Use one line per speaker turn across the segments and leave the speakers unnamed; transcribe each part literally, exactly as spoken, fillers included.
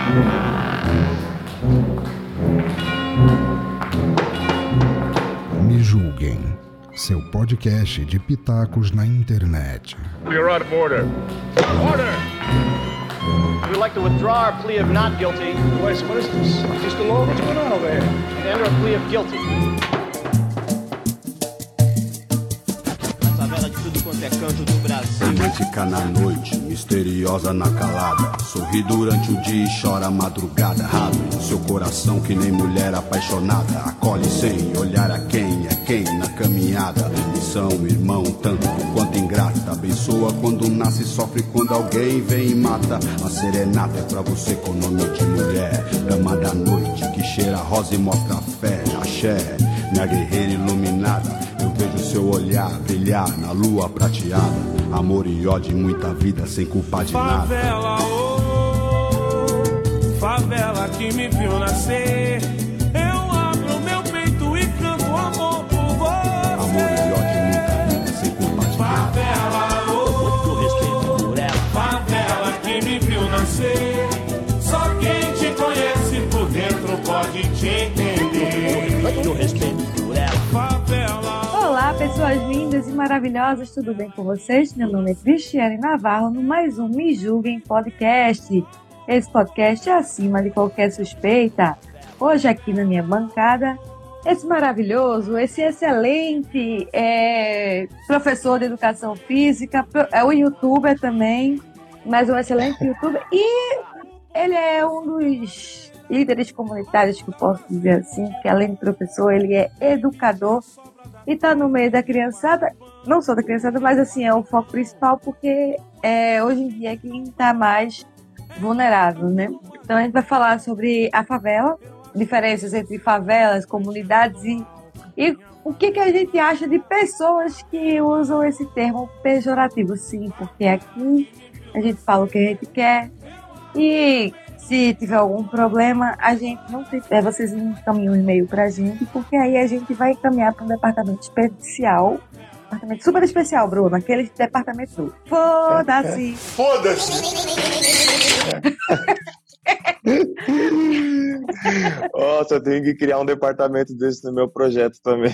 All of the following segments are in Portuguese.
Me Julguem, seu podcast de pitacos na internet.
You're out of order. Order!
We'd like to withdraw our plea of not guilty.
What is, what is this? Mister Law, what's going on over here?
And enter a plea of guilty. Favela de tudo quanto é canto do Brasil.
Romântica na noite, misteriosa na calada. Sorri durante o dia e chora a madrugada. Abre seu coração que nem mulher apaixonada. Acolhe sem olhar a quem é quem na caminhada. Missão, irmão, tanto quanto ingrata. Abençoa quando nasce, sofre quando alguém vem e mata. A serenata é pra você com nome de mulher. Dama da noite que cheira a rosa e mostra a fé. Axé, minha guerreira iluminada. Eu vejo seu olhar brilhar na lua prateada. Amor e ódio e muita vida sem culpa de nada.
Favela, oh, favela que me viu nascer. Eu abro meu peito e canto amor por você.
Amor e ódio e muita vida sem culpa de nada.
Favela, oh, favela que me viu nascer. Só quem te conhece por dentro pode te entender.
Eu respeito por ela.
Favela.
Olá, pessoas lindas e maravilhosas, tudo bem com vocês? Meu nome é Cristiane Navarro, no mais um Me Julguem Podcast. Esse podcast é acima de qualquer suspeita. Hoje aqui na minha bancada, esse maravilhoso, esse excelente é, professor de educação física, é um youtuber também, mas um excelente youtuber, e ele é um dos líderes comunitários, que eu posso dizer assim, que além de professor, ele é educador e está no meio da criançada, não só da criançada, mas assim, é o foco principal, porque é, hoje em dia é quem está mais vulnerável, né? Então a gente vai falar sobre a favela, diferenças entre favelas, comunidades e, e o que, que a gente acha de pessoas que usam esse termo pejorativo. Sim, porque aqui a gente fala o que a gente quer e se tiver algum problema, a gente não tem, é, vocês encaminham um e-mail pra gente, porque aí a gente vai encaminhar para um departamento especial, departamento super especial, Bruno, aquele departamento foda-se.
Foda-se! Nossa, eu tenho que criar um departamento desse no meu projeto também.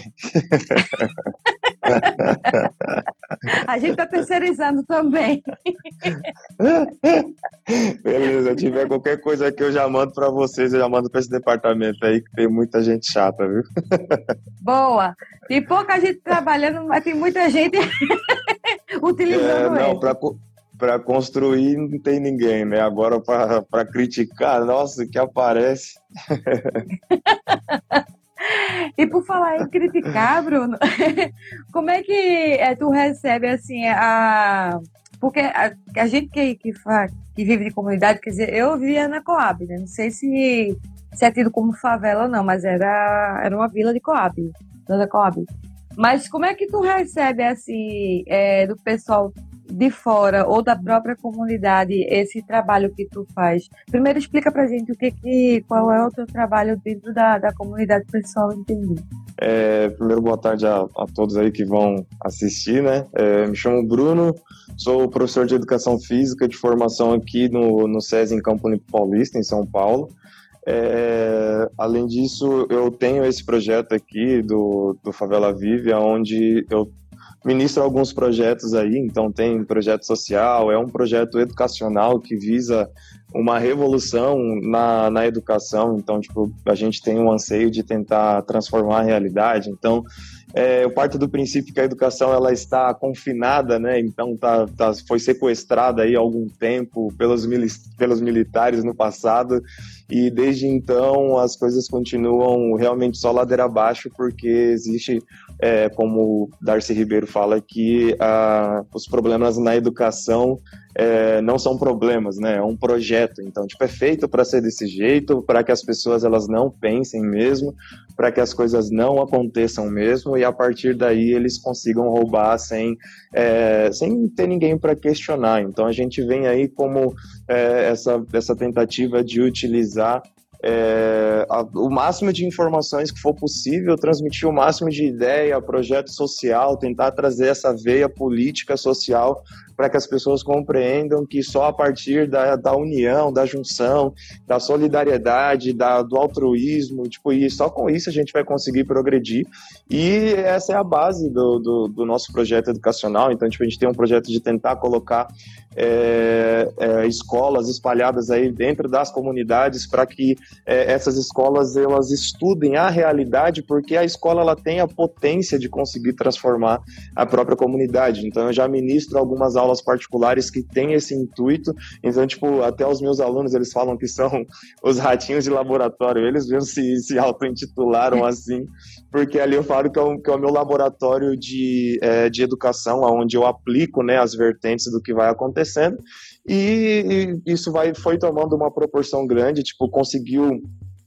A gente tá terceirizando também.
Beleza, se tiver qualquer coisa aqui eu já mando pra vocês, eu já mando pra esse departamento aí, que tem muita gente chata, viu?
Boa! Tem pouca gente trabalhando, mas tem muita gente utilizando
é, não,
ele.
pra, pra construir não tem ninguém, né? Agora pra, pra criticar, nossa, que aparece.
E por falar em criticar, Bruno, como é que é, tu recebe assim a... Porque a, a gente que, que, faz, que vive de comunidade, quer dizer, eu vivia na Coab, né? Não sei se, se é tido como favela ou não, mas era, era uma vila de Coab, da Coab. Mas como é que tu recebe assim, é, do pessoal de fora ou da própria comunidade esse trabalho que tu faz? Primeiro explica pra gente o que, que qual é o teu trabalho dentro da, da comunidade pessoal entender.
É, primeiro, boa tarde a, a todos aí que vão assistir, né? É, me chamo Bruno, sou professor de Educação Física de formação aqui no, no SESI em Campo Limpo Paulista, em São Paulo. É, além disso, eu tenho esse projeto aqui do, do Favela Vive, onde eu ministro alguns projetos aí, então tem projeto social, é um projeto educacional que visa uma revolução na, na educação, então tipo, a gente tem um anseio de tentar transformar a realidade, então é, eu parto do princípio que a educação ela está confinada, né? Então tá, tá, foi sequestrada aí há algum tempo pelos, mili- pelos militares no passado, e desde então as coisas continuam realmente só ladeira abaixo, porque existe, é, como o Darcy Ribeiro fala, que ah, os problemas na educação é, não são problemas, né? É um projeto, então tipo, é feito para ser desse jeito, para que as pessoas elas não pensem mesmo, para que as coisas não aconteçam mesmo, e a partir daí eles consigam roubar sem, é, sem ter ninguém para questionar. Então a gente vem aí como é, essa, essa tentativa de utilizar é, a, o máximo de informações que for possível, transmitir o máximo de ideia, projeto social, tentar trazer essa veia política social para que as pessoas compreendam que só a partir da, da união, da junção, da solidariedade, da, do altruísmo, tipo, e só com isso a gente vai conseguir progredir. E essa é a base do, do, do nosso projeto educacional. Então, tipo, a gente tem um projeto de tentar colocar é, é, escolas espalhadas aí dentro das comunidades para que é, essas escolas elas estudem a realidade, porque a escola ela tem a potência de conseguir transformar a própria comunidade. Então, eu já ministro algumas aulas aulas particulares que têm esse intuito. Então, tipo, até os meus alunos, eles falam que são os ratinhos de laboratório, eles mesmo se, se auto-intitularam assim, porque ali eu falo que é o, que é o meu laboratório de, é, de educação, onde eu aplico, né, as vertentes do que vai acontecendo, e, e isso vai, foi tomando uma proporção grande, tipo, conseguiu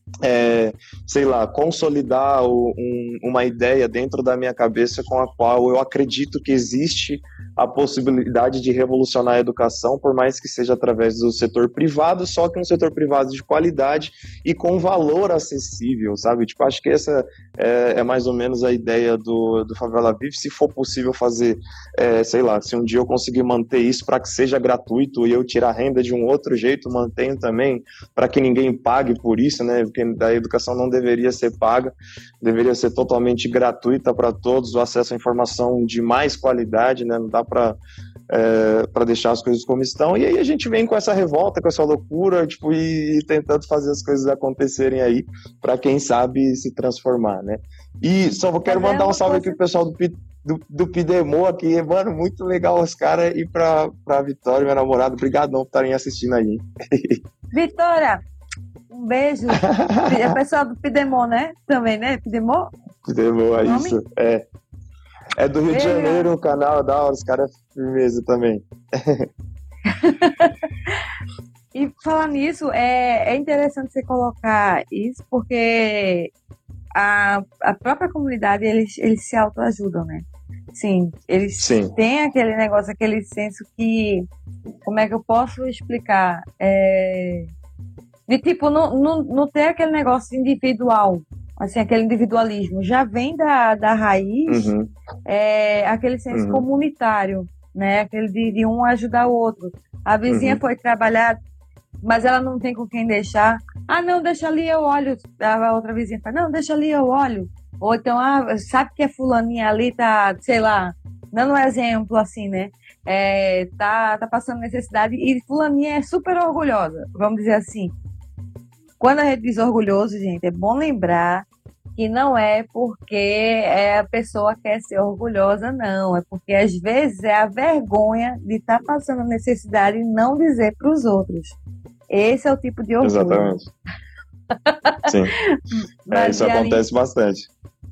É, sei lá, consolidar o, um, uma ideia dentro da minha cabeça com a qual eu acredito que existe a possibilidade de revolucionar a educação, por mais que seja através do setor privado, só que um setor privado de qualidade e com valor acessível, sabe? Tipo, acho que essa é, é mais ou menos a ideia do, do Favela Vive. Se for possível fazer, é, sei lá, se um dia eu conseguir manter isso para que seja gratuito e eu tirar renda de um outro jeito, mantenho também, para que ninguém pague por isso, né? Porque a educação não deveria ser paga, deveria ser totalmente gratuita para todos, o acesso à informação de mais qualidade, né? Não dá para é, para deixar as coisas como estão. E aí a gente vem com essa revolta, com essa loucura, tipo, e, e tentando fazer as coisas acontecerem aí, para quem sabe se transformar, né? E só quero mandar um salve aqui pro pessoal do do, do Pidemô aqui, mano, muito legal os caras, e pra, pra Vitória, minha namorada, obrigadão por estarem assistindo aí.
Vitória, um beijo. É o pessoal do Pidemô, né? Também, né? Pidemô?
Pidemô, é isso. É. É do Rio de Janeiro, o canal da hora, os caras firmeza também.
E falar nisso, é, é interessante você colocar isso, porque a, a própria comunidade, eles, eles se autoajudam, né? Sim, eles
Sim.
têm aquele negócio, aquele senso que, como é que eu posso explicar? É, de tipo, não, não, não ter aquele negócio individual, assim, aquele individualismo, já vem da, da raiz,
uhum.
é, aquele senso
uhum.
comunitário, né? Aquele de, de um ajudar o outro. A vizinha
uhum.
foi trabalhar, mas ela não tem com quem deixar. Ah, não, deixa ali, eu olho. A outra vizinha fala, não, deixa ali, eu olho. Ou então, ah, sabe que a fulaninha ali tá, sei lá, dando um exemplo assim, né? É, tá, tá passando necessidade e fulaninha é super orgulhosa, vamos dizer assim. Quando a gente diz orgulhoso, gente, é bom lembrar que não é porque é a pessoa quer ser orgulhosa, não. É porque, às vezes, é a vergonha de estar tá passando necessidade e não dizer para os outros. Esse é o tipo de orgulho.
Exatamente. Sim. É, isso acontece ali... bastante.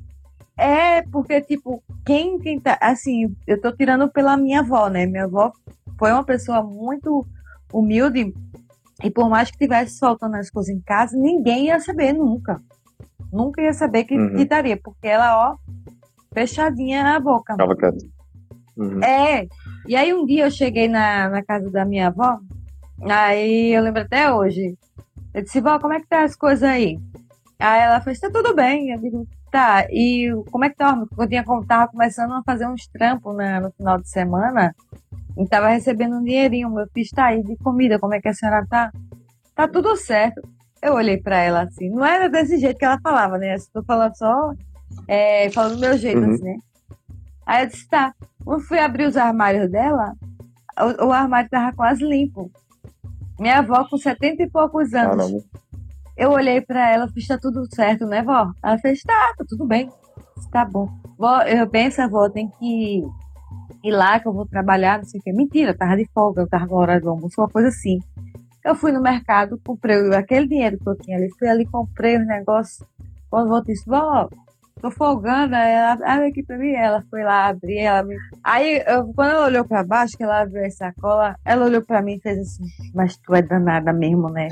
É, porque, tipo, quem, quem tá... Assim, eu tô tirando pela minha avó, né? Minha avó foi uma pessoa muito humilde e por mais que tivesse faltando as coisas em casa, ninguém ia saber nunca. Nunca ia saber que,
uhum.
que daria, porque ela, ó, fechadinha na boca.
Tava quieto. Uhum.
É, e aí um dia eu cheguei na, na casa da minha avó, aí eu lembro até hoje, eu disse, vó, como é que tá as coisas aí? Aí ela fez, tá tudo bem, eu digo, tá, e como é que tá? Eu tinha, tava começando a fazer uns trampos na, no final de semana, e tava recebendo um dinheirinho, meu filho tá aí de comida, como é que a senhora tá? Tá tudo certo. Eu olhei pra ela assim, não era desse jeito que ela falava, né? Eu tô falando só, é, falando do meu jeito, uhum. assim, né? Aí eu disse, tá. Quando fui abrir os armários dela, o, o armário tava quase limpo. Minha avó com setenta e poucos anos. Caramba. Eu olhei pra ela, fiz, tá tudo certo, né, vó? Ela fez, tá, tá tudo bem. Disse, tá bom. Vó, eu penso, vó, tem que ir lá que eu vou trabalhar, não sei o que. Mentira, eu tava de folga, eu tava na hora do almoço, uma coisa assim. Eu fui no mercado, comprei aquele dinheiro que eu tinha ali, fui ali, comprei os negócios. Quando eu voltei, disse, vó, tô folgando, ela abre aqui pra mim, ela foi lá abrir, ela me... Aí, eu, quando ela olhou pra baixo, que ela abriu a sacola, ela olhou pra mim e fez assim, mas tu é danada mesmo, né?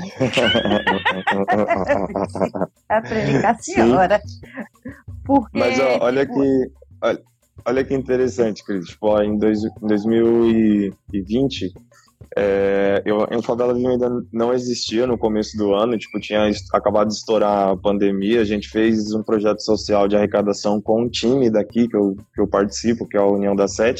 Aprendi com a senhora. Porque,
mas ó, olha tipo... que... Olha, olha que interessante, Cris. Tipo, ó, em, dois, em dois mil e vinte... É, eu, em Favela Viva ainda não existia no começo do ano, tipo, tinha est- acabado de estourar a pandemia, a gente fez um projeto social de arrecadação com um time daqui que eu, que eu participo, que é a União das Sete.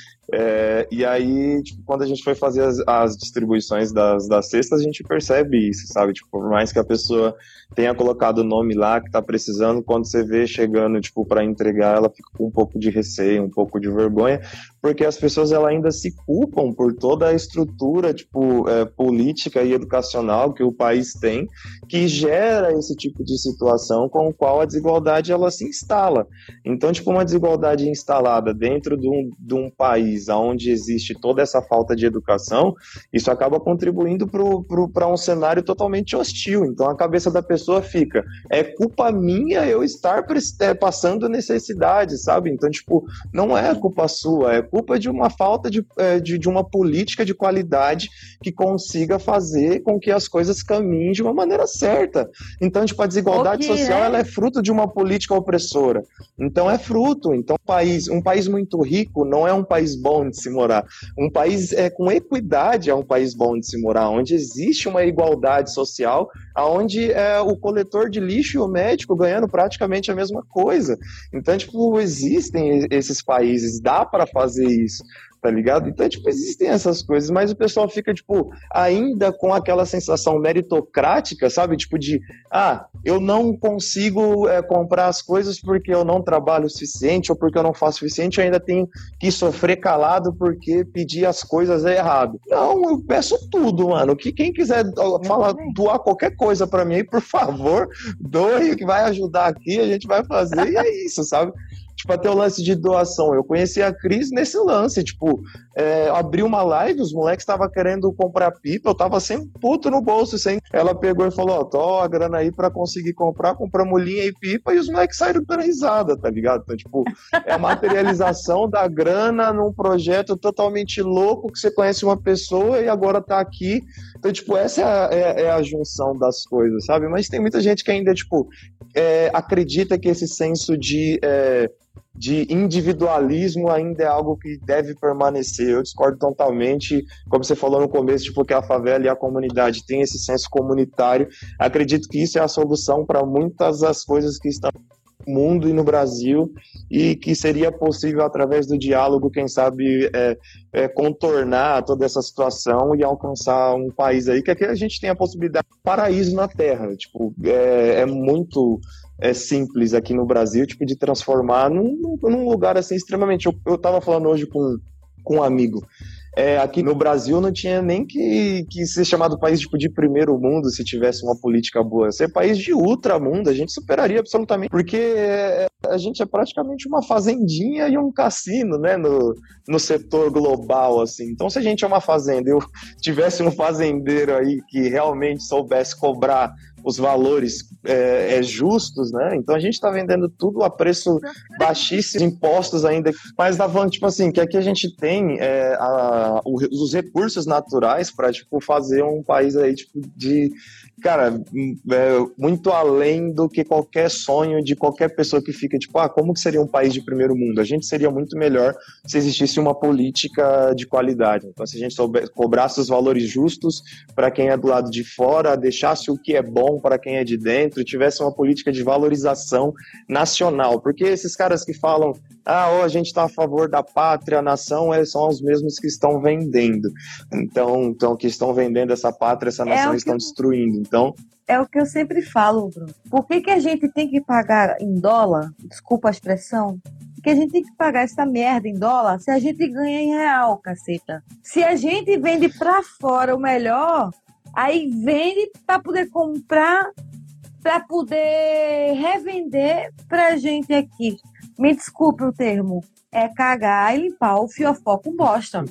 É, e aí, tipo, quando a gente foi fazer as, as distribuições das, das cestas, a gente percebe isso, sabe? Tipo, por mais que a pessoa tenha colocado o nome lá que tá precisando, quando você vê chegando, tipo, para entregar, ela fica com um pouco de receio, um pouco de vergonha, porque as pessoas ela ainda se culpam por toda a estrutura, tipo, é, política e educacional que o país tem, que gera esse tipo de situação com o qual a desigualdade ela se instala. Então, tipo, uma desigualdade instalada dentro de um, de um país onde existe toda essa falta de educação, isso acaba contribuindo para um cenário totalmente hostil. Então a cabeça da pessoa fica, é culpa minha eu estar é, passando necessidade, sabe? Então, tipo, não é culpa sua, é culpa de uma falta de, de, de uma política de qualidade que consiga fazer com que as coisas caminhem de uma maneira certa. Então, tipo, a desigualdade
Okay,
social
é.
ela é fruto de uma política opressora. Então é fruto. Então, um país, um país muito rico não é um país bom de se morar. Um país é, com equidade é um país bom de se morar, onde existe uma igualdade social, onde é, o coletor de lixo e o médico ganhando praticamente a mesma coisa. Então, tipo, existem esses países, dá para fazer isso. Tá ligado? Então, tipo, existem essas coisas, mas o pessoal fica, tipo, ainda com aquela sensação meritocrática, sabe? Tipo de, ah, eu não consigo é, comprar as coisas porque eu não trabalho o suficiente ou porque eu não faço o suficiente, eu ainda tenho que sofrer calado porque pedir as coisas é errado. Não, eu peço tudo, mano. Que quem quiser falar, doar qualquer coisa pra mim, por favor, doe, que vai ajudar aqui, a gente vai fazer, e é isso, sabe? Tipo, até o lance de doação. Eu conheci a Cris nesse lance. Tipo, é, abri uma live, os moleques estavam querendo comprar pipa, eu tava sem puto no bolso. Sem... Ela pegou e falou, ó, tô a grana aí pra conseguir comprar, compramos linha e pipa, e os moleques saíram dando risada, tá ligado? Então, tipo, é a materialização da grana num projeto totalmente louco, que você conhece uma pessoa e agora tá aqui. Então, tipo, essa é a, é, é a junção das coisas, sabe? Mas tem muita gente que ainda, tipo, é, acredita que esse senso de... É, de individualismo ainda é algo que deve permanecer. Eu discordo totalmente, como você falou no começo, tipo, que a favela e a comunidade têm esse senso comunitário. Acredito que isso é a solução para muitas das coisas que estão no mundo e no Brasil, e que seria possível através do diálogo, quem sabe, é, é, contornar toda essa situação e alcançar um país aí que aqui a gente tem a possibilidade de paraíso na Terra. Tipo, é, é muito... é simples aqui no Brasil, tipo, de transformar num, num lugar assim extremamente... Eu, eu tava falando hoje com, com um amigo, é, aqui no Brasil não tinha nem que, que ser chamado país tipo, de primeiro mundo se tivesse uma política boa. Ser país de ultramundo, a gente superaria absolutamente, porque é, a gente é praticamente uma fazendinha e um cassino, né, no, no setor global, assim. Então, se a gente é uma fazenda e eu tivesse um fazendeiro aí que realmente soubesse cobrar os valores é, é, justos, né? Então a gente está vendendo tudo a preço baixíssimo, impostos ainda, mas dava, tipo assim, que aqui a gente tem é, a, os recursos naturais para tipo, fazer um país aí, tipo, de, cara, é, muito além do que qualquer sonho de qualquer pessoa que fica, tipo, ah, como que seria um país de primeiro mundo? A gente seria muito melhor se existisse uma política de qualidade. Então, se a gente soubesse, cobrasse os valores justos para quem é do lado de fora, deixasse o que é bom para quem é de dentro, tivesse uma política de valorização nacional, porque esses caras que falam, ah, oh, a gente está a favor da pátria, a nação, eles são os mesmos que estão vendendo, então, então que estão vendendo essa pátria, essa nação, é estão eu... destruindo, então...
É o que eu sempre falo, Bruno. Por que, que a gente tem que pagar em dólar, desculpa a expressão, que a gente tem que pagar essa merda em dólar se a gente ganha em real, caceta? Se a gente vende pra fora o melhor, aí vende para poder comprar, para poder revender pra gente aqui. Me desculpe o termo, é cagar e limpar o fiofó com bosta.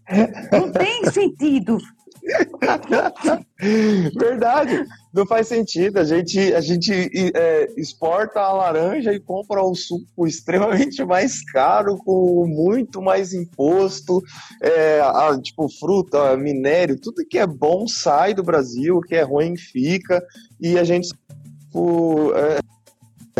Não tem sentido.
Verdade, não faz sentido. A gente, a gente é, exporta a laranja e compra o suco extremamente mais caro, com muito mais imposto, é, a, tipo fruta, minério, tudo que é bom sai do Brasil, o que é ruim fica, e a gente tipo, é,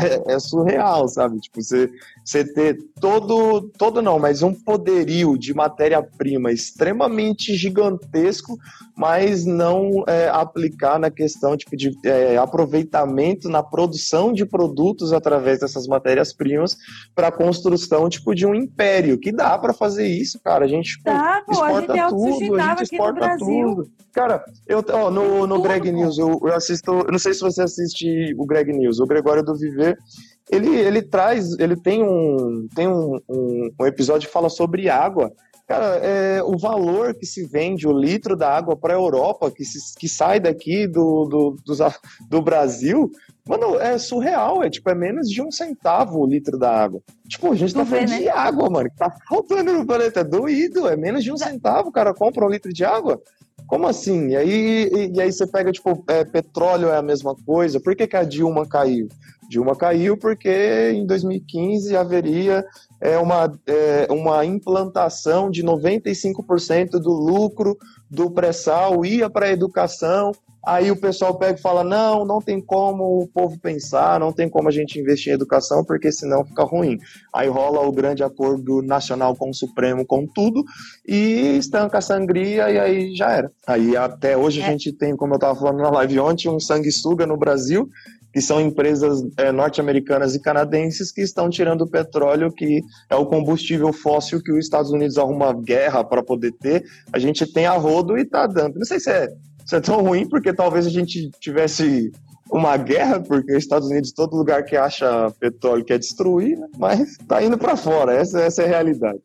é, é surreal, sabe? Tipo, você, você ter todo, todo não, mas um poderio de matéria-prima extremamente gigantesco, mas não é, aplicar na questão tipo, de é, aproveitamento na produção de produtos através dessas matérias-primas para a construção tipo, de um império, que dá para fazer isso, cara. A gente tipo,
tá, pô,
exporta
a gente é
tudo, a gente exporta tudo. Cara, eu, ó, no, no Greg News, eu, eu assisto, eu não sei se você assiste o Greg News, o Gregório do Viver, ele, ele traz, ele tem, um, tem um, um, um episódio que fala sobre água. Cara, é, o valor que se vende, o litro da água para a Europa, que, se, que sai daqui do, do, do, do Brasil, mano, é surreal, é tipo, é menos de um centavo o litro da água. Tipo, a gente tá falando de água, mano, que tá faltando no planeta, é doído, é menos de um centavo, o cara compra um litro de água. Como assim? E aí, e, e aí você pega, tipo, é, petróleo é a mesma coisa. Por que que a Dilma caiu? Dilma caiu porque em dois mil e quinze haveria é, uma, é, uma implantação de noventa e cinco por cento do lucro do pré-sal ia para a educação. Aí o pessoal pega e fala, não, não tem como o povo pensar, não tem como a gente investir em educação, porque senão fica ruim. Aí rola o grande acordo nacional com o Supremo, com tudo, e estanca a sangria, e aí já era. Aí até hoje a gente tem, como eu estava falando na live ontem, um sanguessuga no Brasil, que são empresas é, norte-americanas e canadenses que estão tirando o petróleo, que é o combustível fóssil que os Estados Unidos arruma guerra para poder ter. A gente tem a rodo e tá dando. Não sei se é Isso é tão ruim, porque talvez a gente tivesse uma guerra, porque os Estados Unidos, todo lugar que acha petróleo quer destruir, né? Mas tá indo para fora, essa, essa é a realidade.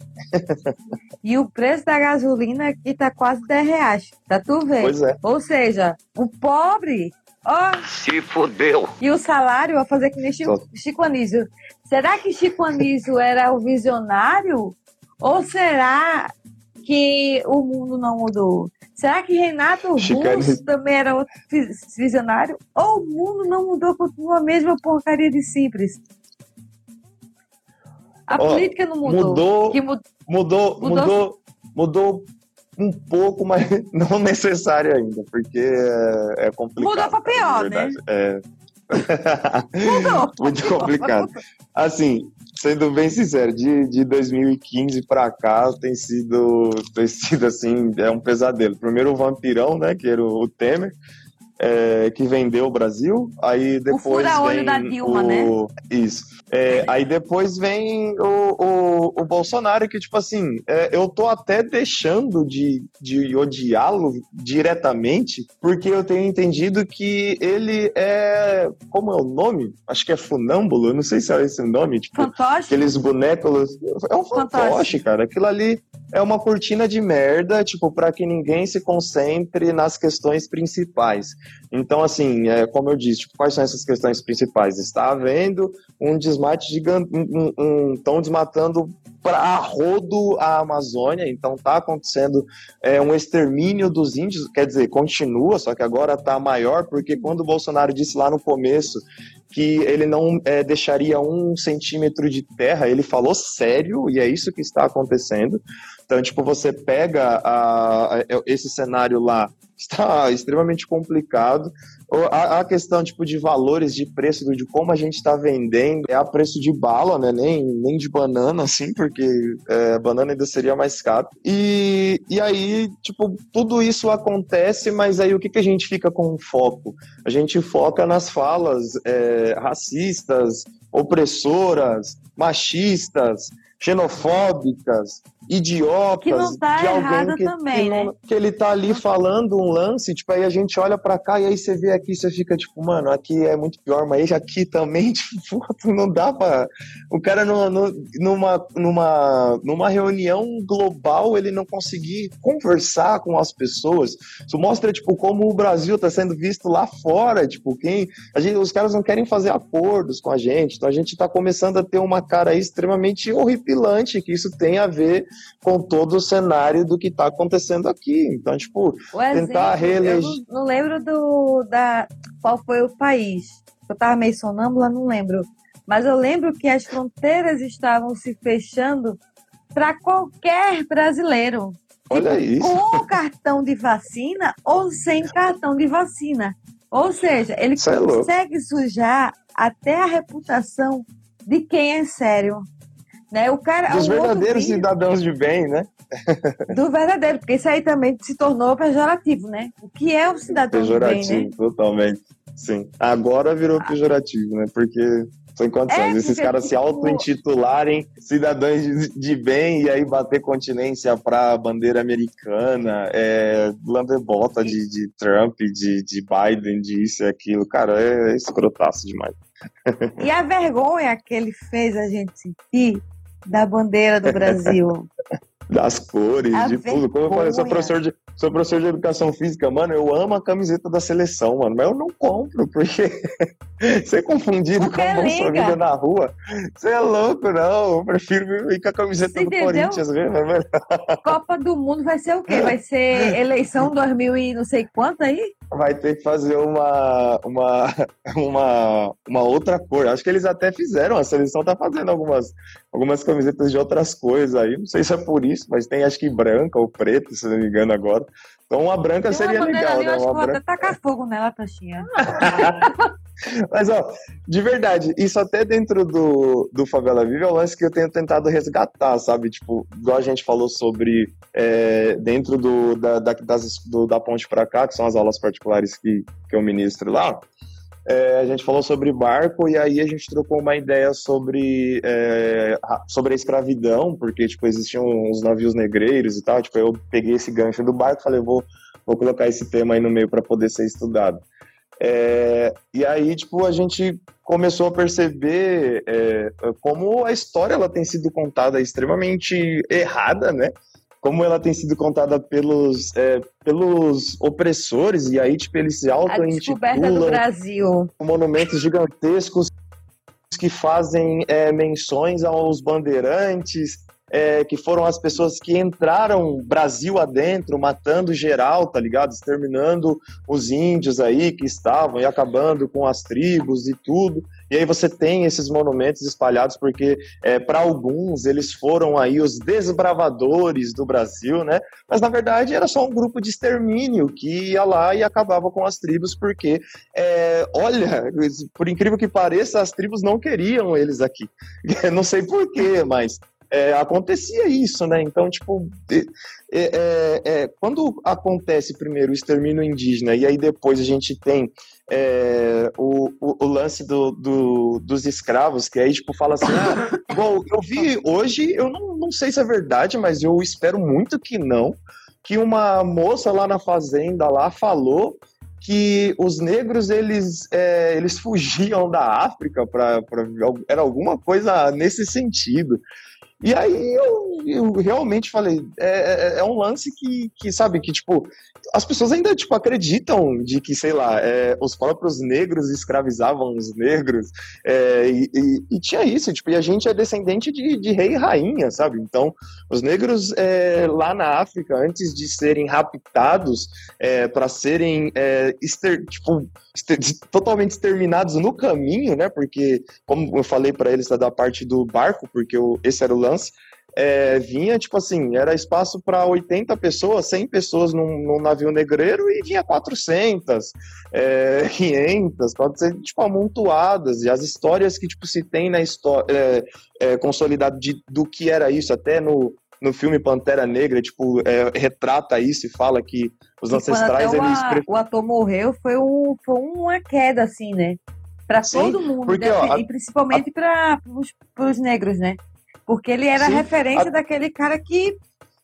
E o preço da gasolina aqui tá quase dez reais, tá tu vendo?
Pois é.
Ou seja, o pobre, ó...
Se fodeu.
E o salário, vai fazer que nem Chico, Chico Anísio. Será que Chico Anísio era o visionário? Ou será que o mundo não mudou? Será que Renato Russo também era outro visionário? Ou o mundo não mudou, continua a mesma porcaria de simples? A oh, política não mudou.
Mudou,
que mud...
mudou, mudou, mudou, mudou um pouco, mas não necessário ainda, porque é, é complicado.
Mudou para pior, né?
É...
Mudou.
Muito complicado. Assim, sendo bem sincero, de, de dois mil e quinze pra cá tem sido, tem sido assim, é um pesadelo. Primeiro o vampirão, né, que era o Temer, é, que vendeu o Brasil, aí depois o
fura-olho
vem
da Dilma,
o...
né?
Isso. É, aí depois vem o, o, o Bolsonaro, que tipo assim, é, eu tô até deixando de, de odiá-lo diretamente, porque eu tenho entendido que ele é, como é o nome? Acho que é funâmbulo, eu não sei se é esse o nome, tipo,
fantoche?
Aqueles bonecos, é um fantoche, fantoche, cara, aquilo ali é uma cortina de merda, tipo, pra que ninguém se concentre nas questões principais. Então, assim, é, como eu disse, tipo, quais são essas questões principais? Está havendo um desmate gigante, um, um, estão desmatando para rodo a Amazônia, então está acontecendo é, um extermínio dos índios, quer dizer, continua, só que agora está maior, porque quando o Bolsonaro disse lá no começo que ele não é, deixaria um centímetro de terra, ele falou sério, e é isso que está acontecendo. Então, tipo, você pega a, a, esse cenário lá, está extremamente complicado. A, a questão tipo, de valores, de preço, de como a gente está vendendo, é a preço de bala, né? nem, nem de banana, assim, porque é, banana ainda seria mais caro. E, e aí, tipo, tudo isso acontece, mas aí o que, que a gente fica com foco? A gente foca nas falas é, racistas, opressoras, machistas, xenofóbicas, idiotas,
que não tá
de alguém que,
também,
que, não,
né?
que ele tá ali falando um lance, tipo, aí a gente olha pra cá e aí você vê aqui, você fica tipo, mano, aqui é muito pior, mas aqui também, tipo, não dá pra... O cara no, no, numa, numa, numa reunião global, ele não conseguir conversar com as pessoas. Isso mostra, tipo, como o Brasil tá sendo visto lá fora, tipo, quem... A gente, os caras não querem fazer acordos com a gente, então a gente tá começando a ter uma cara aí extremamente horripilante, que isso tem a ver com todo o cenário do que está acontecendo aqui. Então, tipo,
exemplo,
tentar reeleger...
Eu não, não lembro do, da, qual foi o país. Eu estava meio sonâmbula, não lembro. Mas eu lembro que as fronteiras estavam se fechando para qualquer brasileiro.
Olha
tipo,
isso.
Com cartão de vacina ou sem cartão de vacina. Ou seja, ele
Isso é
consegue sujar até a reputação de quem é sério. Né? O cara,
Dos
o outro
verdadeiros
vídeo-
cidadãos de bem, né?
Do verdadeiro, porque isso aí também se tornou pejorativo, né? O que é o cidadão de bem,
Pejorativo,
né?
totalmente. Sim. Agora virou pejorativo, né? Porque sem condições.
É,
Esses
porque,
caras se
tipo-
auto-intitularem cidadãos de, de bem e aí bater continência pra bandeira americana, é, lamber-bota de, de Trump, de, de Biden, de isso e aquilo. Cara, é escrotaço demais.
E a vergonha que ele fez a gente sentir da bandeira do Brasil.
Das cores,
A
de tudo. Como eu falei, eu sou
vergonha.
professor, de, sou professor de educação física, mano, eu amo a camiseta da seleção, mano, mas eu não compro, porque ser confundido
Porque
com a
liga.
família na rua, você é louco, não, eu prefiro ir com a camiseta
Você
do
entendeu?
Corinthians mesmo, é melhor.
Copa do Mundo vai ser o quê? Vai ser eleição dois mil e não sei quanto aí?
Vai ter que fazer uma, uma, uma, uma outra cor. Acho que eles até fizeram, a seleção tá fazendo algumas, algumas camisetas de outras cores aí. Não sei se é por isso, mas tem acho que branca ou preta, se não me engano agora. Então uma branca
Tem
seria
uma bandeira
legal,
ali, eu
né?
acho que
Uma
vou
branca.
até tacar fogo nela, Tachinha.
Mas, ó, de verdade, isso até dentro do, do Favela Vive é um lance que eu tenho tentado resgatar, sabe? Tipo, igual a gente falou sobre é, dentro do, da, da, das, do, da ponte pra cá, que são as aulas particulares que, que eu ministro lá, é, a gente falou sobre barco e aí a gente trocou uma ideia sobre, é, a- sobre a escravidão, porque, tipo, existiam uns navios negreiros e tal, tipo, eu peguei esse gancho do barco e falei, vou, vou colocar esse tema aí no meio para poder ser estudado. É, e aí, tipo, a gente começou a perceber é, como a história ela tem sido contada extremamente errada, né? Como ela tem sido contada pelos, é, pelos opressores, e aí, tipo, eles se
A descoberta do
auto-intitulam
Brasil.
monumentos gigantescos que fazem é, menções aos bandeirantes, é, que foram as pessoas que entraram Brasil adentro, matando geral, tá ligado? Exterminando os índios aí que estavam e acabando com as tribos e tudo. E aí você tem esses monumentos espalhados porque, é, para alguns, eles foram aí os desbravadores do Brasil, né? Mas, na verdade, era só um grupo de extermínio que ia lá e acabava com as tribos porque, é, olha, por incrível que pareça, as tribos não queriam eles aqui. Não sei porquê, mas é, acontecia isso, né? Então, tipo, é, é, é, quando acontece primeiro o extermínio indígena e aí depois a gente tem é, o, o, o lance do, do, dos escravos, que aí, tipo, fala assim, ah, bom, eu vi hoje, eu não, não sei se é verdade, mas eu espero muito que não, que uma moça lá na fazenda lá falou que os negros, eles, é, eles fugiam da África para era alguma coisa nesse sentido. E aí eu, eu realmente falei, é, é, é um lance que, que, sabe, que, tipo, as pessoas ainda, tipo, acreditam de que, sei lá, é, os próprios negros escravizavam os negros, é, e, e, e tinha isso, tipo, e a gente é descendente de, de rei e rainha, sabe? Então, os negros é, lá na África, antes de serem raptados é, para serem, é, exter, tipo, exter, totalmente exterminados no caminho, né? Porque, como eu falei para eles, da parte do barco, porque eu, esse era o lance, É, vinha, tipo assim, era espaço para oitenta pessoas, cem pessoas num, num navio negreiro e vinha quatrocentas, é, quinhentas, quatrocentas, tipo, amontoadas, e as histórias que, tipo, se tem na história, é, é, consolidado de, do que era isso, até no, no filme Pantera Negra, tipo, é, retrata isso e fala que os
Que
ancestrais,
quando até
eles...
o, a- o ator morreu, foi, um, foi uma queda, assim, né? Pra
Sim,
todo mundo,
porque,
né?
ó, a-
E principalmente para os negros, né? Porque ele era
Sim,
a referência
a-
daquele cara que,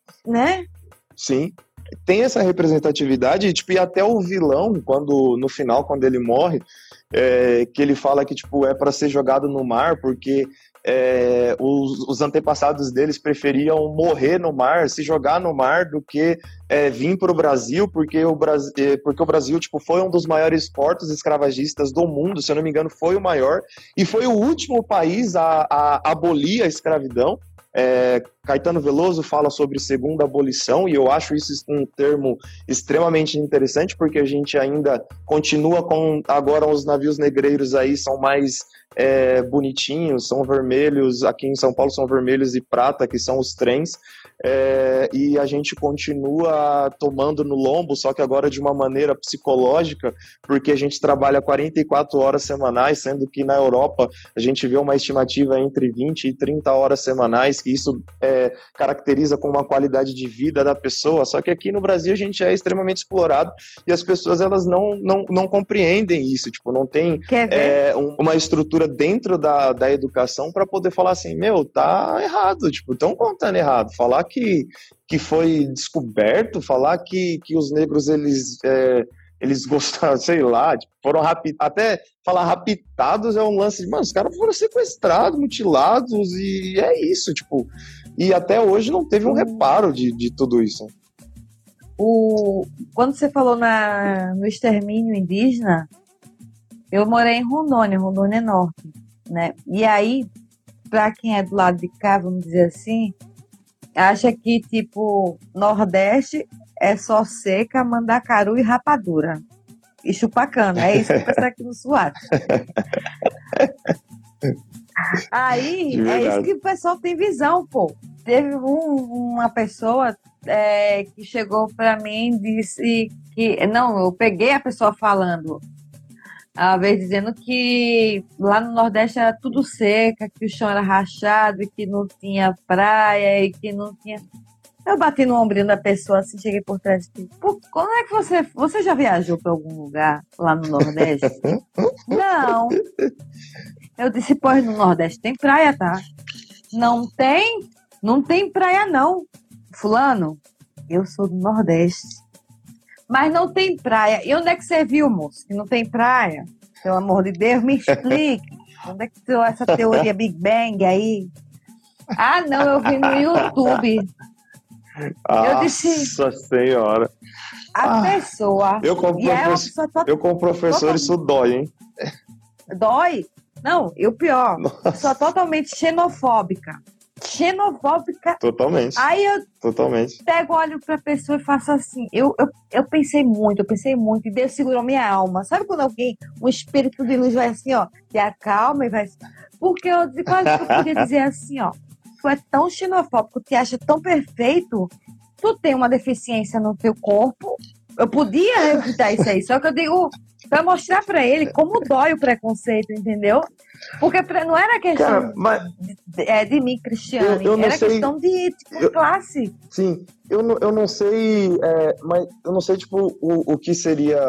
né?
Sim, tem essa representatividade, tipo, e até o vilão, quando no final, quando ele morre, é, que ele fala que, tipo, é para ser jogado no mar, porque é, os, os antepassados deles preferiam morrer no mar, se jogar no mar, do que é, vir para o Brasil, porque o Brasil, porque o Brasil, tipo, foi um dos maiores portos escravagistas do mundo, se eu não me engano, foi o maior, e foi o último país a, a abolir a escravidão. É, Caetano Veloso fala sobre segunda abolição, e eu acho isso um termo extremamente interessante, porque a gente ainda continua com, agora os navios negreiros aí são mais é, bonitinhos, são vermelhos, aqui em São Paulo são vermelhos e prata, que são os trens, é, e a gente continua tomando no lombo, só que agora de uma maneira psicológica, porque a gente trabalha quarenta e quatro horas semanais, sendo que na Europa a gente vê uma estimativa entre vinte e trinta horas semanais, que isso é, caracteriza como uma qualidade de vida da pessoa, só que aqui no Brasil a gente é extremamente explorado e as pessoas elas não, não, não compreendem isso, tipo, não tem é, um, uma estrutura dentro da, da educação para poder falar assim, meu, tá errado, tipo, estão contando errado, falar que, que foi descoberto, falar que, que os negros, eles, é, eles gostaram, sei lá, tipo, foram raptados, até falar raptados é um lance de, mano, os caras foram sequestrados, mutilados, e é isso, tipo, e até hoje não teve um reparo de, de tudo isso.
O, quando você falou na, no extermínio indígena, eu morei em Rondônia, Rondônia Norte, né, e aí, pra quem é do lado de cá, vamos dizer assim, acha que, tipo, Nordeste é só seca, mandacaru e rapadura. E chupacana. É isso que pensa aqui no Suárez. Aí, é isso que o pessoal tem visão, pô. Teve um, uma pessoa é, que chegou pra mim e disse que... Não, eu peguei a pessoa falando... Uma vez dizendo que lá no Nordeste era tudo seca, que o chão era rachado, e que não tinha praia, e que não tinha... Eu bati no ombrinho da pessoa, assim, cheguei por trás e disse, pô, como é que você... Você já viajou para algum lugar lá no Nordeste? Não. Eu disse, pois no Nordeste tem praia, tá? Não tem? Não tem praia, não. Fulano, eu sou do Nordeste. Mas não tem praia. E onde é que você viu, moço, que não tem praia? Pelo amor de Deus, me explique. Onde é que deu essa teoria Big Bang aí? Ah, não, eu vi no YouTube.
Nossa
eu disse...
Senhora.
A
ah,
pessoa...
Eu como,
e
professor,
to...
eu como professor, isso dói, hein?
Dói? Não, e o pior, Nossa. Sou totalmente xenofóbica. Xenofóbica.
Totalmente.
Aí eu
Totalmente.
pego, olho pra pessoa e faço assim. Eu, eu, eu pensei muito, eu pensei muito, e Deus segurou minha alma. Sabe quando alguém, um espírito de luz vai assim, ó, te acalma e vai assim. Porque eu quase que eu podia dizer assim, ó, tu é tão xenofóbico, te acha tão perfeito, tu tem uma deficiência no teu corpo. Eu podia evitar isso aí, só que eu digo pra mostrar pra ele como dói o preconceito, entendeu? Porque pra, não era questão Cara, mas... de, é, de mim, Cristiane, eu, eu era sei... questão de tipo, eu... classe.
Sim, eu não, eu não sei, é, mas eu não sei tipo, o, o que seria,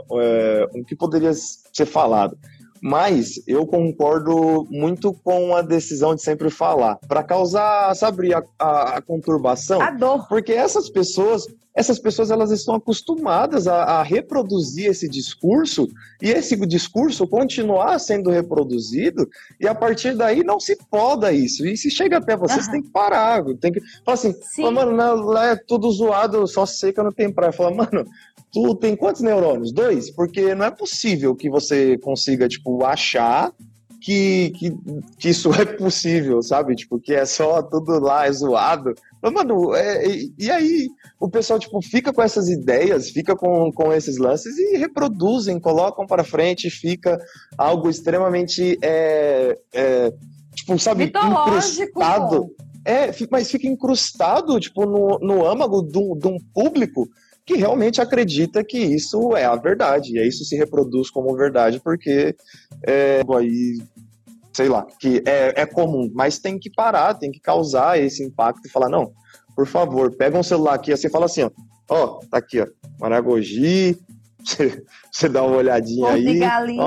é, o que poderia ser falado. Mas eu concordo muito com a decisão de sempre falar, para causar, sabe, a, a, a conturbação.
A dor.
Porque essas pessoas, essas pessoas elas estão acostumadas a, a reproduzir esse discurso, e esse discurso continuar sendo reproduzido, e a partir daí não se poda isso. E se chega até você, uhum. você tem que parar. Tem que falar assim, fala, mano, lá é tudo zoado, só seca, não tem praia. Fala, mano... Tu tem quantos neurônios? Dois? Porque não é possível que você consiga, tipo, achar que, que, que isso é possível, sabe? Tipo, que é só tudo lá, é zoado. Mas, mano, é, e, e aí o pessoal, tipo, fica com essas ideias, fica com, com esses lances e reproduzem, colocam para frente, fica algo extremamente, é, é, tipo, sabe, incrustado. É, mas fica incrustado, tipo, no, no âmago de um, de um público que realmente acredita que isso é a verdade, e aí isso se reproduz como verdade, porque é, aí, sei lá, que é, é comum, mas tem que parar, tem que causar esse impacto e falar, não, por favor, pega um celular aqui, assim, fala assim, ó, ó, tá aqui, ó, Maragogi, você, você dá uma olhadinha
Porto
aí.
De Galinhas.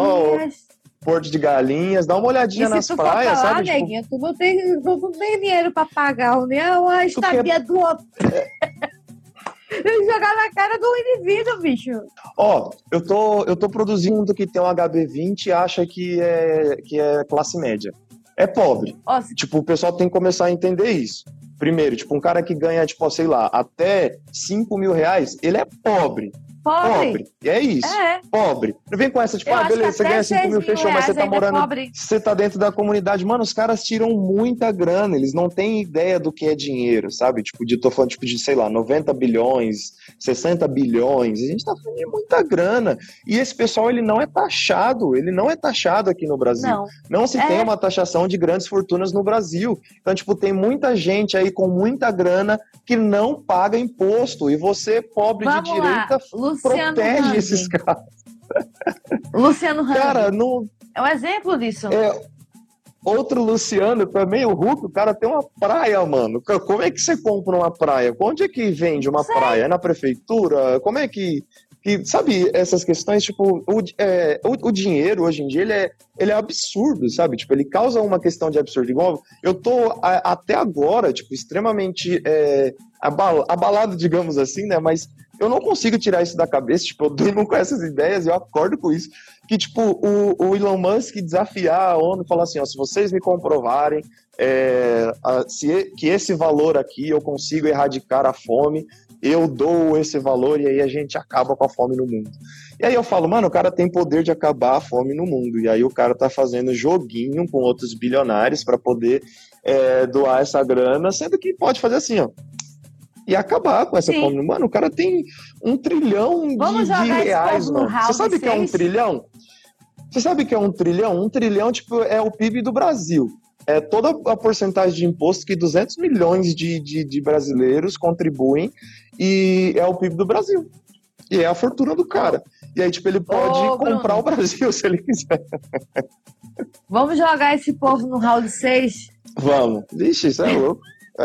Ó, Porto de Galinhas, dá uma olhadinha nas praias,
falar,
sabe?
Neguinha, tipo... tu não tem, tu não tem dinheiro pra pagar a estadia quer... do outro. Jogar na cara do indivíduo, bicho.
Ó, eu tô, eu tô produzindo que tem um H B vinte e acha que é, que é classe média. É pobre. Ó, se... Tipo, o pessoal tem que começar a entender isso. Primeiro, tipo, um cara que ganha, tipo, sei lá, até cinco mil reais, ele é pobre.
Pobre.
Pobre. E é isso.
É.
Pobre. Não vem com essa, tipo,
Eu
ah,
acho
beleza,
que
você
até
ganha cinco
seis
mil,
mil
fechou, mas você tá
reais ainda é
morando.
pobre.
Você tá dentro da comunidade. Mano, os caras tiram muita grana. Eles não têm ideia do que é dinheiro, sabe? Tipo, de, tô falando, tipo, de, sei lá, noventa bilhões, sessenta bilhões. A gente tá falando de muita grana. E esse pessoal, ele não é taxado. Ele não é taxado aqui no Brasil.
Não.
Não se
É.
tem uma taxação de grandes fortunas no Brasil. Então, tipo, tem muita gente aí com muita grana que não paga imposto. E você, pobre
Vamos
de direita,
lá. Luciano
protege
Hang.
esses caras.
Luciano Hang.
Cara, não...
É um exemplo disso.
É, outro Luciano também, o Hulk, o cara tem uma praia, mano. Como é que você compra uma praia? Onde é que vende uma
Sei.
praia? É na prefeitura? Como é que... que sabe, essas questões, tipo, o, é, o, o dinheiro hoje em dia, ele é, ele é absurdo, sabe? Tipo, ele causa uma questão de absurdo. Igual, eu tô a, até agora, tipo, extremamente é, abal, abalado, digamos assim, né? Mas eu não consigo tirar isso da cabeça, tipo, eu durmo com essas ideias, eu acordo com isso. Que, tipo, o, o Elon Musk desafiar a ONU e falar assim, ó, se vocês me comprovarem é, a, se, que esse valor aqui eu consigo erradicar a fome, eu dou esse valor e aí a gente acaba com a fome no mundo. E aí eu falo, mano, o cara tem poder de acabar a fome no mundo. E aí o cara tá fazendo joguinho com outros bilionários para poder é, doar essa grana, sendo que pode fazer assim, ó, e acabar com essa
Sim.
fome. Mano, o cara tem um trilhão de,
Vamos
de
jogar esse
reais,
povo no
mano. Você
round
sabe o que é um
seis?
trilhão? Você sabe o que é um trilhão? Um trilhão, tipo, é o P I B do Brasil. É toda a porcentagem de imposto que duzentos milhões de, de, de brasileiros contribuem e é o P I B do Brasil. E é a fortuna do cara. E aí, tipo, ele pode
Ô,
comprar
Bruno.
o Brasil se ele quiser.
Vamos jogar esse povo no round seis?
Vamos. Vixe, isso é louco.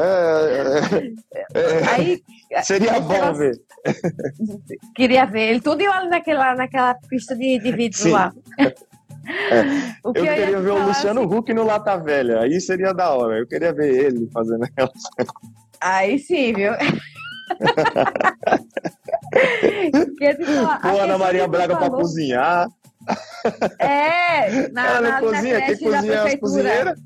É, é, é,
Aí,
seria
esse
bom
negócio-
ver.
Queria ver ele tudo e olha naquela, naquela pista de, de vídeo
Sim.
lá. O que
Eu
ia
queria
te
ver o
falar,
Luciano
assim,
Huck no Lata Velha. Aí seria da hora. Eu queria ver ele fazendo aquela.
Aí sim, viu? Queria te falar, a
Pô, Ana
questão
Maria
que tu
Braga pra
falou-
cozinhar.
É, na,
Ela
na,
não
na
cozinha, quem
creche da
cozinha é as
prefeitura.
cozinheiras.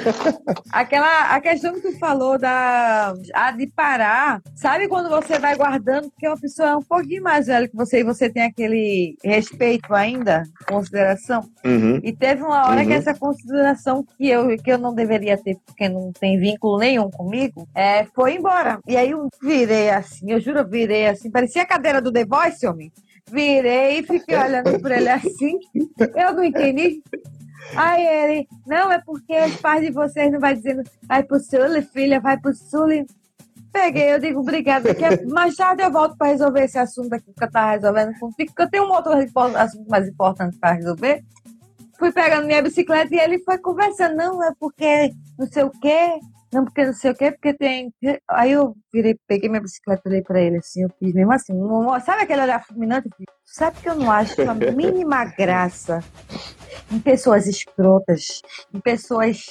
Aquela, a questão que tu falou da, a de parar, sabe quando você vai guardando, porque uma pessoa é um pouquinho mais velha que você e você tem aquele respeito ainda, consideração,
Uhum.
e teve uma hora
Uhum.
que essa consideração que eu, que eu não deveria ter, porque não tem vínculo nenhum comigo, é, foi embora. E aí eu virei assim, eu juro, eu virei assim, parecia a cadeira do The Voice, homem. Virei e fiquei olhando por ele assim, eu não entendi. Aí ele, não, é porque os pais de vocês não vai dizendo, vai pro Sul, filha, vai pro Sul. Peguei, eu digo, obrigada, porque mais tarde eu volto para resolver esse assunto aqui que eu tava resolvendo contigo, porque eu tenho um outro assunto mais importante para resolver. Fui pegando minha bicicleta e ele foi conversando, não, é porque não sei o quê, não, porque não sei o quê, porque tem... Aí eu virei, peguei minha bicicleta e olhei pra ele assim, eu fiz mesmo assim, um, sabe aquele olhar fulminante? Eu fiz, sabe que eu não acho a mínima graça em pessoas escrotas, em pessoas,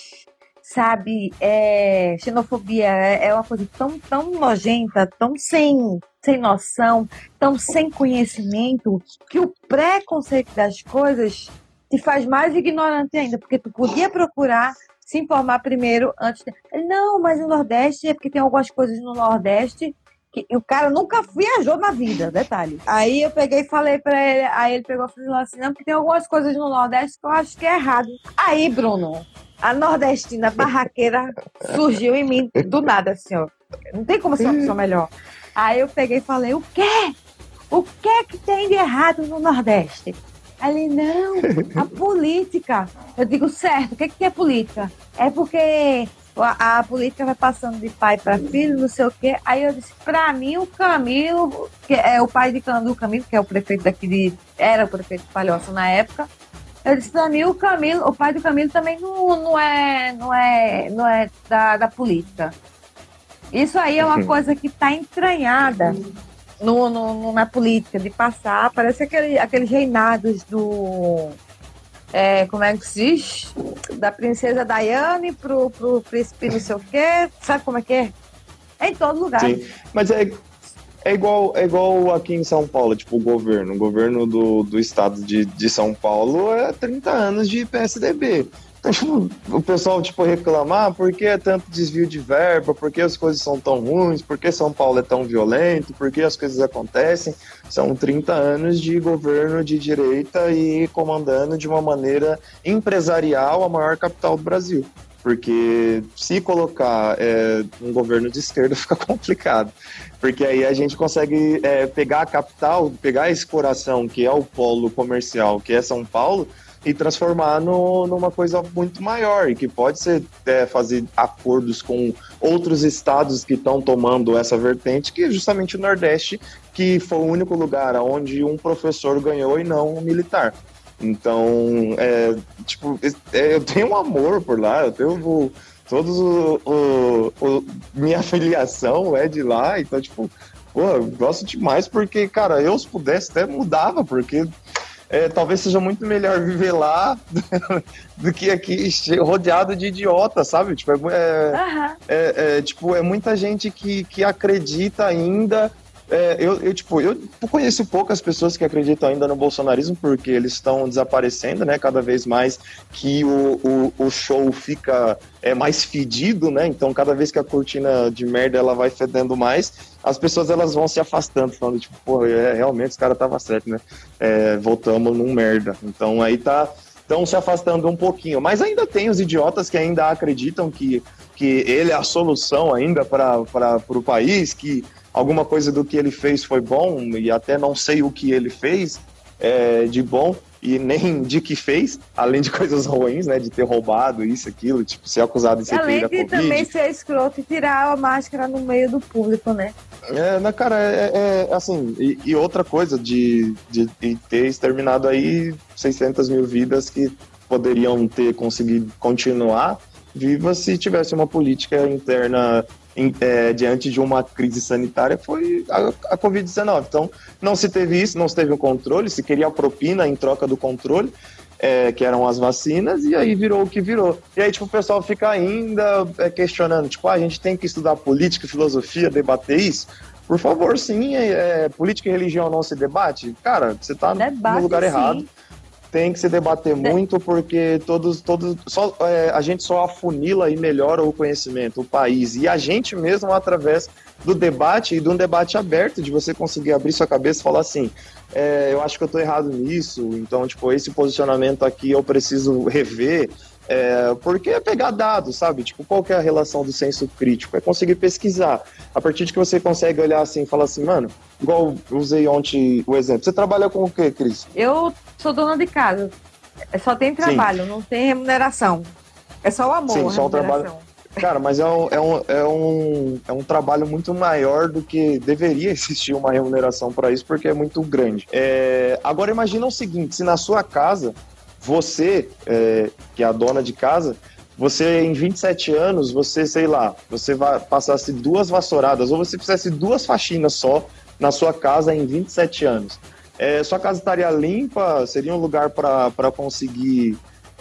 sabe, é, xenofobia é, é uma coisa tão, tão nojenta, tão sem, sem noção, tão sem conhecimento, que o preconceito das coisas te faz mais ignorante ainda, porque tu podia procurar se informar primeiro antes de... Não, mas no Nordeste é porque tem algumas coisas no Nordeste que o cara nunca viajou na vida, detalhe. Aí eu peguei e falei pra ele, aí ele pegou e falou assim, não, porque tem algumas coisas no Nordeste que eu acho que é errado. Aí, Bruno, a nordestina barraqueira surgiu em mim do nada, assim, ó. Não tem como ser uma pessoa melhor. Aí eu peguei e falei, o quê? O que que tem de errado no Nordeste? Aí ele, não, a política. Eu digo, certo, o que que é política? É porque a, a política vai passando de pai para filho, não sei o quê. Aí eu disse, pra mim, o Camilo, que é o pai de, do Camilo, que é o prefeito daqui de... Era o prefeito de Palhoça na época. Eu disse, pra mim, o Camilo, o pai do Camilo também não, não é, não é, não é da, da política. Isso aí é uma coisa que está entranhada no, no, na política, de passar, parece aquele, aqueles reinados do... É, como é que se diz? Da princesa Diane pro, pro príncipe não sei o quê. Sabe como é que é? É em todo lugar.
Sim, mas é, é, igual, é igual aqui em São Paulo, tipo, o governo. O governo do, do estado de, de São Paulo é trinta anos de P S D B. Então, tipo, o pessoal, tipo, reclamar por que é tanto desvio de verba, por que as coisas são tão ruins, por que São Paulo é tão violento, por que as coisas acontecem. São trinta anos de governo de direita e comandando de uma maneira empresarial a maior capital do Brasil. Porque se colocar é, um governo de esquerda fica complicado. Porque aí a gente consegue é, pegar a capital, pegar esse coração que é o polo comercial, que é São Paulo, e transformar no, numa coisa muito maior e que pode ser é, fazer acordos com outros estados que estão tomando essa vertente, que é justamente o Nordeste, que foi o único lugar onde um professor ganhou e não um militar. Então, é, tipo, é, eu tenho um amor por lá, eu tenho todos o, o, o minha filiação é de lá, então, tipo, pô, eu gosto demais porque, cara, eu se pudesse até mudava, porque É, talvez seja muito melhor viver lá do que aqui rodeado de idiotas, sabe? Tipo, é,
Uhum.
é, é, tipo, é muita gente que, que acredita ainda. É, eu, eu, tipo, eu conheço poucas pessoas que acreditam ainda no bolsonarismo, porque eles estão desaparecendo, né? Cada vez mais que o, o, o show fica é, mais fedido, né? Então, cada vez que a cortina de merda ela vai fedendo mais, as pessoas elas vão se afastando, falando, tipo, pô, é, realmente os caras estavam certos, né? É, voltamos num merda. Então, aí tá... Estão se afastando um pouquinho. Mas ainda tem os idiotas que ainda acreditam que, que ele é a solução ainda para o país, que alguma coisa do que ele fez foi bom, e até não sei o que ele fez é, de bom, e nem de que fez, além de coisas ruins, né, de ter roubado isso, aquilo, tipo, ser acusado de ser
Além
da
de
Covid.
também ser escroto e tirar a máscara no meio do público, né?
É, né, cara, é, é assim, e, e outra coisa de, de, de ter exterminado aí seiscentas mil vidas que poderiam ter conseguido continuar vivas se tivesse uma política interna em, é, diante de uma crise sanitária, foi a, a covid dezenove. Então, não se teve isso, não se teve um controle, se queria a propina em troca do controle, é, que eram as vacinas, e aí virou o que virou. E aí, tipo, o pessoal fica ainda é, questionando, tipo, ah, a gente tem que estudar política, filosofia, debater isso? Por favor, sim, é, é, política e religião não se debate? Cara, você tá
Debate,
no lugar
sim.
errado. Tem que se debater muito, porque todos, todos, só, é, a gente só afunila e melhora o conhecimento, o país, e a gente mesmo através do debate e de um debate aberto, de você conseguir abrir sua cabeça e falar assim, é, eu acho que eu tô errado nisso, então, tipo, esse posicionamento aqui eu preciso rever, é, porque é pegar dados, sabe? Tipo, qual que é a relação do senso crítico? É conseguir pesquisar. A partir de que você consegue olhar assim e falar assim, mano, igual eu usei ontem o exemplo. Você trabalha com o quê, Cris?
Eu sou dona de casa. Só tem trabalho, Sim. não tem remuneração. É só o amor,
Sim, só o trabalho. Cara, mas é um, é, um, é, um, é um trabalho muito maior do que deveria existir uma remuneração para isso, porque é muito grande. É, agora imagina o seguinte, se na sua casa, você, é, que é a dona de casa, você em vinte e sete anos, você, sei lá, você vai passasse duas vassouradas, ou você fizesse duas faxinas só na sua casa em vinte e sete anos. É, sua casa estaria limpa? Seria um lugar para conseguir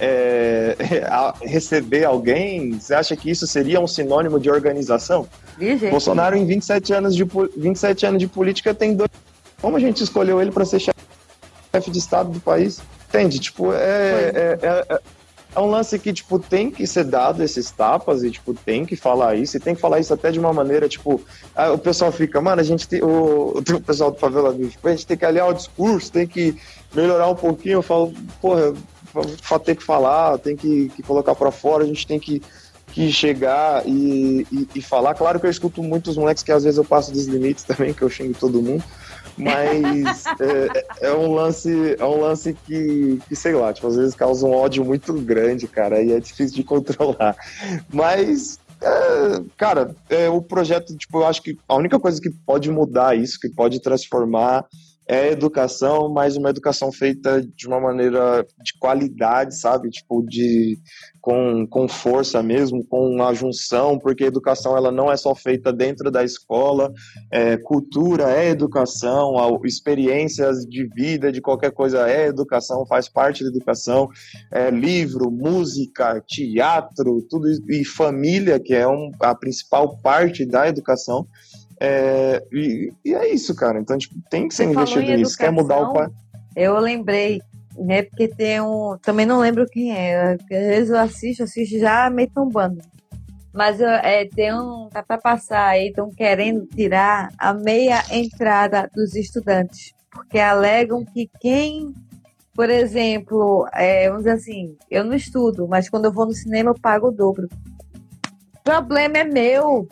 é, receber alguém? Você acha que isso seria um sinônimo de organização?
Gente.
Bolsonaro, em vinte e sete anos de, vinte e sete anos de política, tem dois. Como a gente escolheu ele para ser chefe de Estado do país? Entende? Tipo, é, é, é, é um lance que, tipo, tem que ser dado esses tapas e, tipo, tem que falar isso, e tem que falar isso até de uma maneira, tipo, o pessoal fica, mano, a gente tem, o, o pessoal do Favela Bicho, a gente tem que aliar o discurso, tem que melhorar um pouquinho, eu falo, porra, tem que falar, tem que, que colocar pra fora, a gente tem que, que chegar e, e, e falar. Claro que eu escuto muitos moleques que às vezes eu passo dos limites também, que eu xingo todo mundo, mas é, é um lance, é um lance que, que, sei lá, tipo, às vezes causa um ódio muito grande, cara, e é difícil de controlar. Mas, é, cara, é, o projeto, tipo, eu acho que a única coisa que pode mudar isso, que pode transformar, é a educação, mas uma educação feita de uma maneira de qualidade, sabe? Tipo, de, com, com força mesmo, com a junção, porque a educação ela não é só feita dentro da escola, é, cultura é educação, a, experiências de vida, de qualquer coisa é educação, faz parte da educação, é, livro, música, teatro, tudo isso, e família, que é um, a principal parte da educação. É, e, e é isso, cara. Então, tipo, tem que ser
Você
investido nisso. Quer mudar o país?
Eu lembrei né? Porque tem um... Também não lembro quem é. Às vezes eu assisto, assisto já meio tombando. Mas é, tem um... Tá pra passar aí, estão querendo tirar a meia entrada dos estudantes. Porque alegam que quem... Por exemplo, é, vamos dizer assim, eu não estudo, mas quando eu vou no cinema eu pago o dobro. O problema é meu.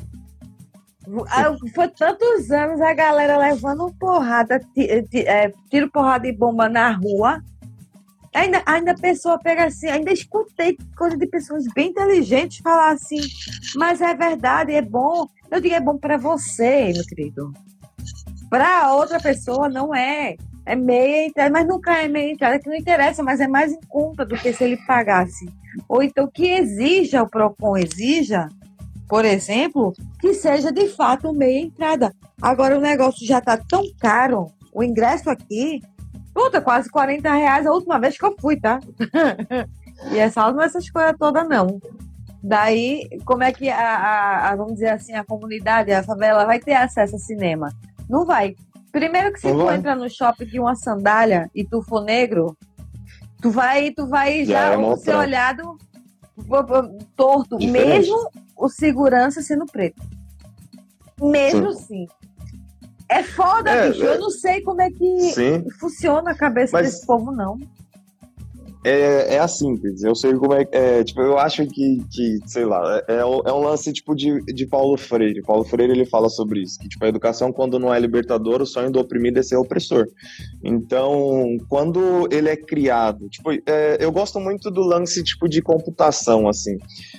Foi tantos anos a galera levando porrada, tiro porrada e bomba na rua. Ainda, ainda a pessoa pega assim, ainda escutei coisa de pessoas bem inteligentes falar assim, mas é verdade, é bom. Eu digo, é bom para você, meu querido. Para outra pessoa não é. É meia entrada, mas nunca é meia entrada, que não interessa, mas é mais em conta do que se ele pagasse. Ou então que exija, o PROCON exija, por exemplo, que seja de fato meia entrada. Agora o negócio já está tão caro, o ingresso aqui, puta, quase quarenta reais a última vez que eu fui, tá? E essa aula não é essas coisas todas, não. Daí, como é que a, a, a, vamos dizer assim, a comunidade, a favela vai ter acesso a cinema? Não vai. Primeiro que se tu entra no shopping de uma sandália e tu for negro, tu vai, tu vai já, já é ser olhado torto, diferente. Mesmo o segurança sendo preto. Mesmo sim. É foda, é, bicho. É... Eu não sei como é que sim. funciona a cabeça Mas... desse povo, não.
É, é assim, eu sei como é, é tipo, eu acho que, que sei lá, é, é um lance tipo de, de Paulo Freire. Paulo Freire, ele fala sobre isso, que tipo, a educação, quando não é libertadora, o sonho do oprimido é ser opressor. Então, quando ele é criado, tipo, é, eu gosto muito do lance tipo de computação, assim.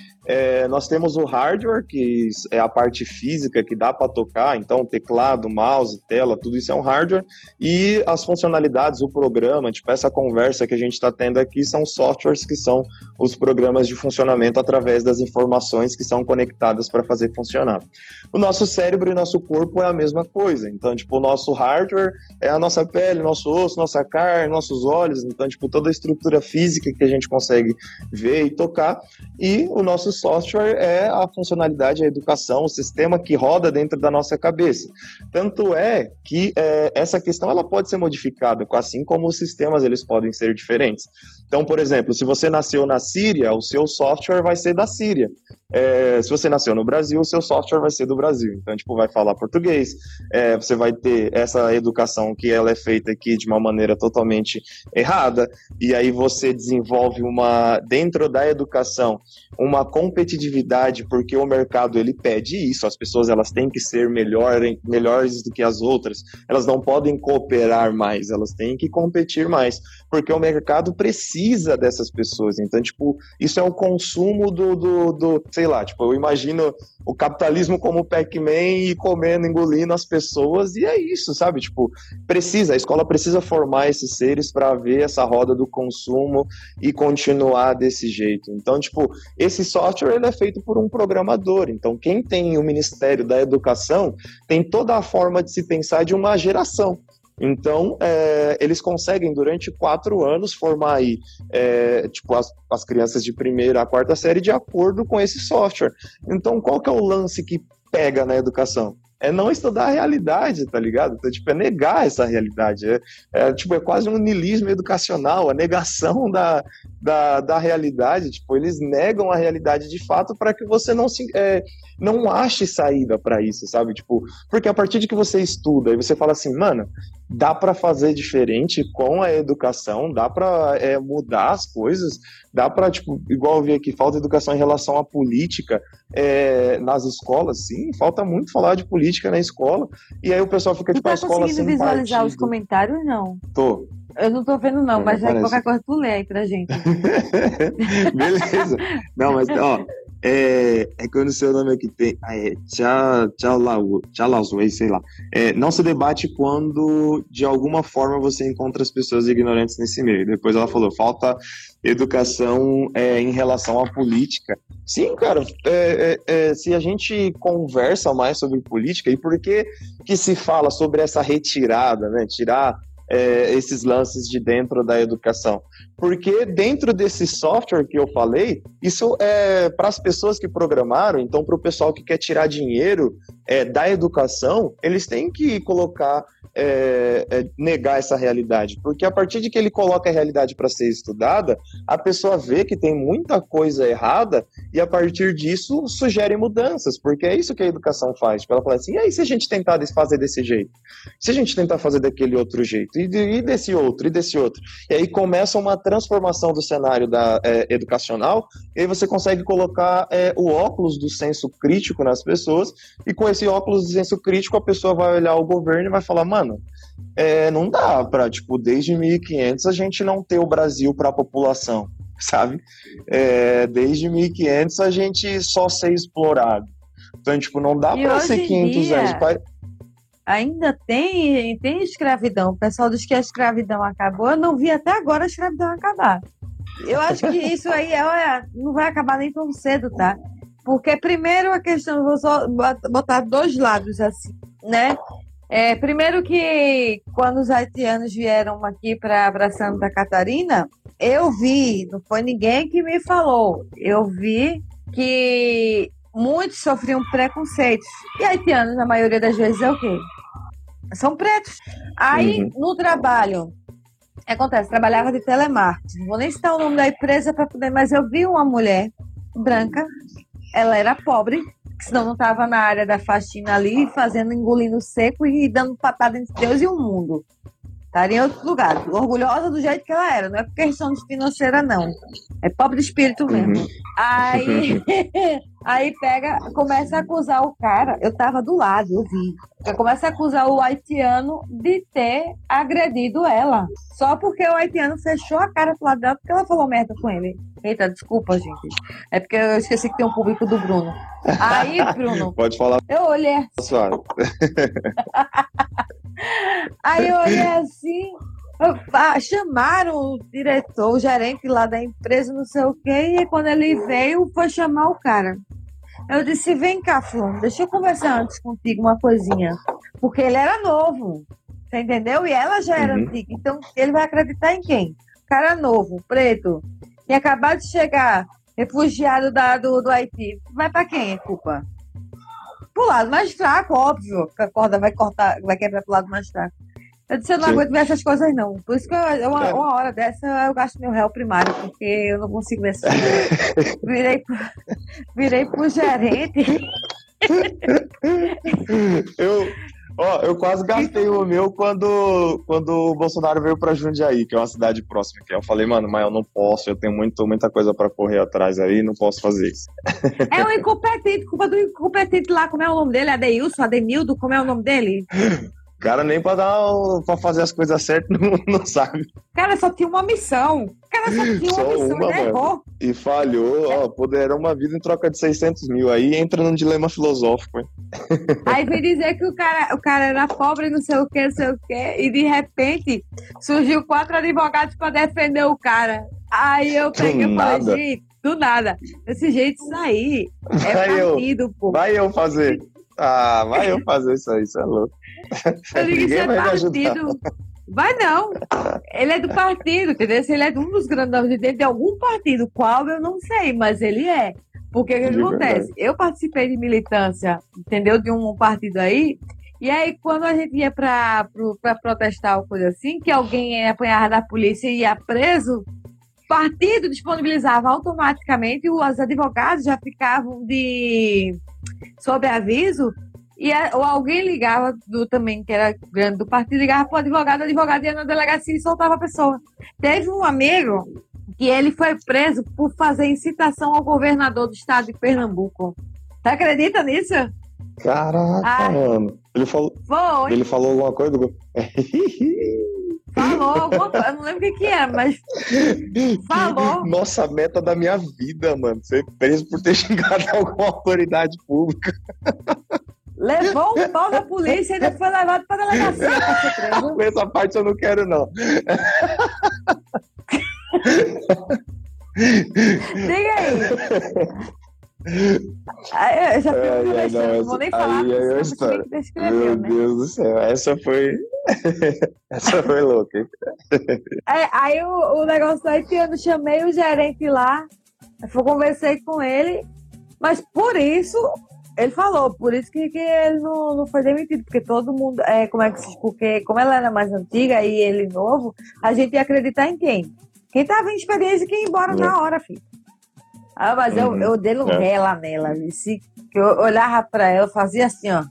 É, nós temos o hardware, que é a parte física que dá para tocar, então teclado, mouse, tela, tudo isso é um hardware, e as funcionalidades, o programa, tipo essa conversa que a gente está tendo aqui, são softwares que são os programas de funcionamento através das informações que são conectadas para fazer funcionar. O nosso cérebro e nosso corpo é a mesma coisa, então tipo, o nosso hardware é a nossa pele, nosso osso, nossa carne, nossos olhos, então tipo, toda a estrutura física que a gente consegue ver e tocar, e o nosso software é a funcionalidade, a educação, o sistema que roda dentro da nossa cabeça. Tanto é que é, essa questão ela pode ser modificada, assim como os sistemas eles podem ser diferentes. Então, por exemplo, se você nasceu na Síria, o seu software vai ser da Síria. É, se você nasceu no Brasil, o seu software vai ser do Brasil. Então, tipo, vai falar português, é, você vai ter essa educação que ela é feita aqui de uma maneira totalmente errada, e aí você desenvolve uma, dentro da educação, uma competitividade, porque o mercado, ele pede isso, as pessoas, elas têm que ser melhor, melhores do que as outras, elas não podem cooperar mais, elas têm que competir mais, porque o mercado precisa dessas pessoas. Então, tipo, isso é o consumo do, do, do sei lá, tipo, eu imagino o capitalismo como Pac-Man e comendo, engolindo as pessoas, e é isso, sabe? Tipo, precisa, a escola precisa formar esses seres para ver essa roda do consumo e continuar desse jeito. Então, tipo, esse software ele é feito por um programador. Então, quem tem o Ministério da Educação tem toda a forma de se pensar de uma geração. Então, é, eles conseguem, durante quatro anos, formar aí, é, tipo, as, as crianças de primeira a quarta série de acordo com esse software. Então, qual que é o lance que pega na educação? É não estudar a realidade, tá ligado? Então, tipo, é negar essa realidade. É, é, tipo, é quase um niilismo educacional, a negação da, da, da realidade. Tipo, eles negam a realidade de fato para que você não, se, é, não ache saída para isso, sabe? Tipo, porque a partir de que você estuda e você fala assim, mano, dá para fazer diferente com a educação, dá para é, mudar as coisas, dá para, tipo, igual eu vi aqui, falta educação em relação à política é, nas escolas, sim, falta muito falar de política na escola, e aí o pessoal fica, tipo,
tá
a escola sem
partido. Tu tá conseguindo visualizar
partido.
Os comentários, não?
Tô.
Eu não tô vendo, não,
não
mas
não
qualquer coisa tu lê aí pra gente.
Beleza. Não, mas, ó, é, é que eu não sei o nome que tem. Ah, é Tchalauzui, sei lá. É, não se debate quando, de alguma forma, você encontra as pessoas ignorantes nesse meio. Depois ela falou, falta educação é, em relação à política. Sim, cara, é, é, é, se a gente conversa mais sobre política, e por que que se fala sobre essa retirada, né? Tirar É, esses lances de dentro da educação. Porque dentro desse software que eu falei, isso é para as pessoas que programaram, então para o pessoal que quer tirar dinheiro é, da educação, eles têm que colocar é, é, negar essa realidade, porque a partir de que ele coloca a realidade para ser estudada, a pessoa vê que tem muita coisa errada e a partir disso sugere mudanças, porque é isso que a educação faz. Ela fala assim, e aí se a gente tentar fazer desse jeito? Se a gente tentar fazer daquele outro jeito? E, de, e desse outro? E desse outro? E aí começa uma transformação do cenário da, é, educacional, e aí você consegue colocar é, o óculos do senso crítico nas pessoas, e com esse óculos do senso crítico a pessoa vai olhar o governo e vai falar, mano, é, não dá pra, tipo, desde mil e quinhentos a gente não ter o Brasil para a população, sabe? É, desde mil e quinhentos a gente só ser explorado. Então, tipo, não dá para ser quinhentos dia, anos. Pra...
Ainda tem, tem escravidão. O pessoal diz que a escravidão acabou. Eu não vi até agora a escravidão acabar. Eu acho que isso aí é, não vai acabar nem tão cedo, tá? Porque, primeiro, a questão, vou só botar dois lados assim, né? É, primeiro que quando os haitianos vieram aqui para Santa Catarina, eu vi, não foi ninguém que me falou, eu vi que muitos sofriam preconceitos. E haitianos, na maioria das vezes, é o quê? São pretos. Aí, uhum. no trabalho, acontece, trabalhava de telemarketing, não vou nem citar o nome da empresa para poder, mas eu vi uma mulher branca, ela era pobre, senão não estava na área da faxina ali, fazendo, engolindo seco e dando patada entre Deus e o mundo. Estaria em outro lugar, orgulhosa do jeito que ela era, não é por questão de financeira, não. É pobre de espírito mesmo. Uhum. Aí, aí pega, começa a acusar o cara, eu tava do lado, eu vi. Começa a acusar o haitiano de ter agredido ela. Só porque o haitiano fechou a cara pro lado dela, porque ela falou merda com ele. Eita, desculpa, gente. É porque eu esqueci que tem um público do Bruno. Aí, Bruno...
Pode falar.
Eu olhei... Aí eu olhei assim... Chamaram o diretor, o gerente lá da empresa, não sei o quê, e quando ele veio, foi chamar o cara. Eu disse, vem cá, Flum, deixa eu conversar antes contigo uma coisinha. Porque ele era novo, você entendeu? E ela já era uhum. antiga, então ele vai acreditar em quem? Cara novo, preto, que acabou de chegar, refugiado da, do, do Haiti. Vai pra quem, culpa? Pro lado mais fraco, óbvio, que a corda vai, cortar, vai quebrar pro lado mais fraco. Eu disse, eu não Sim. aguento ver essas coisas, não. Por isso que eu, uma, é. uma hora dessa eu gasto meu réu primário, porque eu não consigo ver essas coisas. Virei, pro, virei pro gerente.
eu, ó, eu quase gastei o meu quando, quando o Bolsonaro veio pra Jundiaí, que é uma cidade próxima aqui. Eu falei, mano, mas eu não posso, eu tenho muito, muita coisa pra correr atrás aí, não posso fazer isso.
É o incompetente, culpa do incompetente lá, como é o nome dele? Adeilson, Ademildo, como é o nome dele?
O cara nem pra, dar, pra fazer as coisas certas não, não sabe.
O cara só tinha uma missão. O cara só tinha uma
só
missão
uma,
e errou.
E falhou, ó, poderá uma vida em troca de seiscentos mil. Aí entra num dilema filosófico, hein?
Aí vem dizer que o cara, o cara era pobre, não sei o que, não sei o que, e de repente surgiu quatro advogados pra defender o cara. Aí eu peguei e falei, gente, do nada. Desse jeito, isso aí é vai partido,
eu,
pô.
Vai eu fazer. Ah, vai eu fazer isso aí, isso é louco.
Eu digo, isso é partido. Vai não. Ele é do partido, entendeu? Se ele é de um dos grandões de dentro de algum partido, qual eu não sei, mas ele é. Porque o que acontece? Verdade. Eu participei de militância, entendeu? De um partido aí. E aí, quando a gente ia pra, pra protestar ou coisa assim, que alguém apanhava da polícia e ia preso, o partido disponibilizava automaticamente, os advogados já ficavam de sob aviso. E a, ou alguém ligava do, também, que era grande do partido, ligava para o advogado, o advogado ia na delegacia e soltava a pessoa. Teve um amigo que ele foi preso por fazer incitação ao governador do estado de Pernambuco. Você acredita nisso?
Caraca, ah, mano. Ele falou,
foi.
Ele falou alguma coisa do...
Falou alguma coisa, eu não lembro o que que era, mas falou.
Nossa, meta da minha vida, mano. Ser preso por ter xingado alguma autoridade pública.
Levou um pau da polícia e ainda foi levado para a delegacia para ser preso.
Essa parte eu não quero, não.
Diga aí. Eu já fui é, deixando, não, não vou nem falar. Aí, aí, aí, história.
Meu
né?
Deus do céu, essa foi... essa foi louca, hein?
É, aí o, o negócio do haitiano, chamei o gerente lá, eu conversei com ele, mas por isso... ele falou, por isso que, que ele não, não foi demitido, porque todo mundo, é, como é que se, porque como ela era mais antiga e ele novo, a gente ia acreditar em quem? Quem tava em experiência e quem ia embora é. na hora, filho. Ah, mas uhum. eu, eu dei um é. rela nela, se que eu olhava pra ela, eu fazia assim, ó.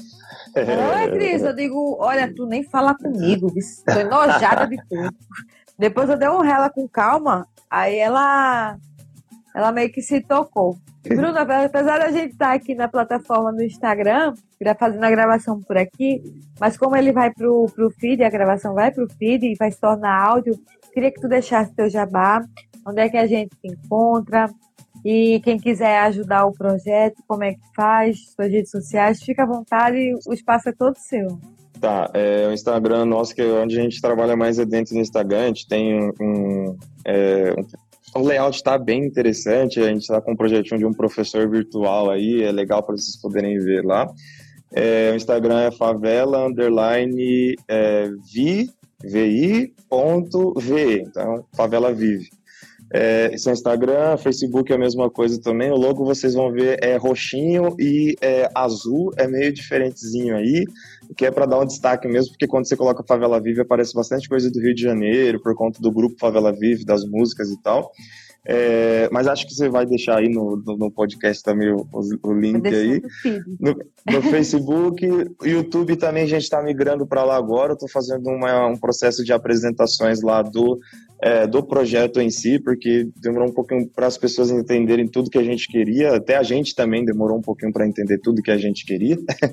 Oi, Cris, eu digo, olha, tu nem fala comigo, tô enojada de tudo. Depois eu dei um rela com calma, aí ela, ela meio que se tocou. Bruno, apesar da gente estar aqui na plataforma no Instagram, fazendo a gravação por aqui, mas como ele vai pro, pro feed, a gravação vai pro feed e vai se tornar áudio, queria que tu deixasse teu jabá, onde é que a gente se encontra, e quem quiser ajudar o projeto, como é que faz, suas redes sociais, fica à vontade, o espaço é todo seu.
Tá, é, o Instagram nosso, que é onde a gente trabalha mais é dentro do Instagram, a gente tem um, é, um o layout está bem interessante, a gente está com um projetinho de um professor virtual aí, é legal para vocês poderem ver lá. É, o Instagram é favela, underline, é, vi, vi, ponto, ve, então, favela vive. É, esse é o Instagram, Facebook é a mesma coisa também, o logo vocês vão ver é roxinho e é, azul, é meio diferentezinho aí, que é para dar um destaque mesmo, porque quando você coloca Favela Vive aparece bastante coisa do Rio de Janeiro, por conta do grupo Favela Vive, das músicas e tal. É, mas acho que você vai deixar aí no, no, no podcast também o, o link aí. No, no Facebook, YouTube também a gente está migrando para lá agora. Eu estou fazendo uma, um processo de apresentações lá do, é, do projeto em si, porque demorou um pouquinho para as pessoas entenderem tudo que a gente queria. Até a gente também demorou um pouquinho para entender tudo que a gente queria.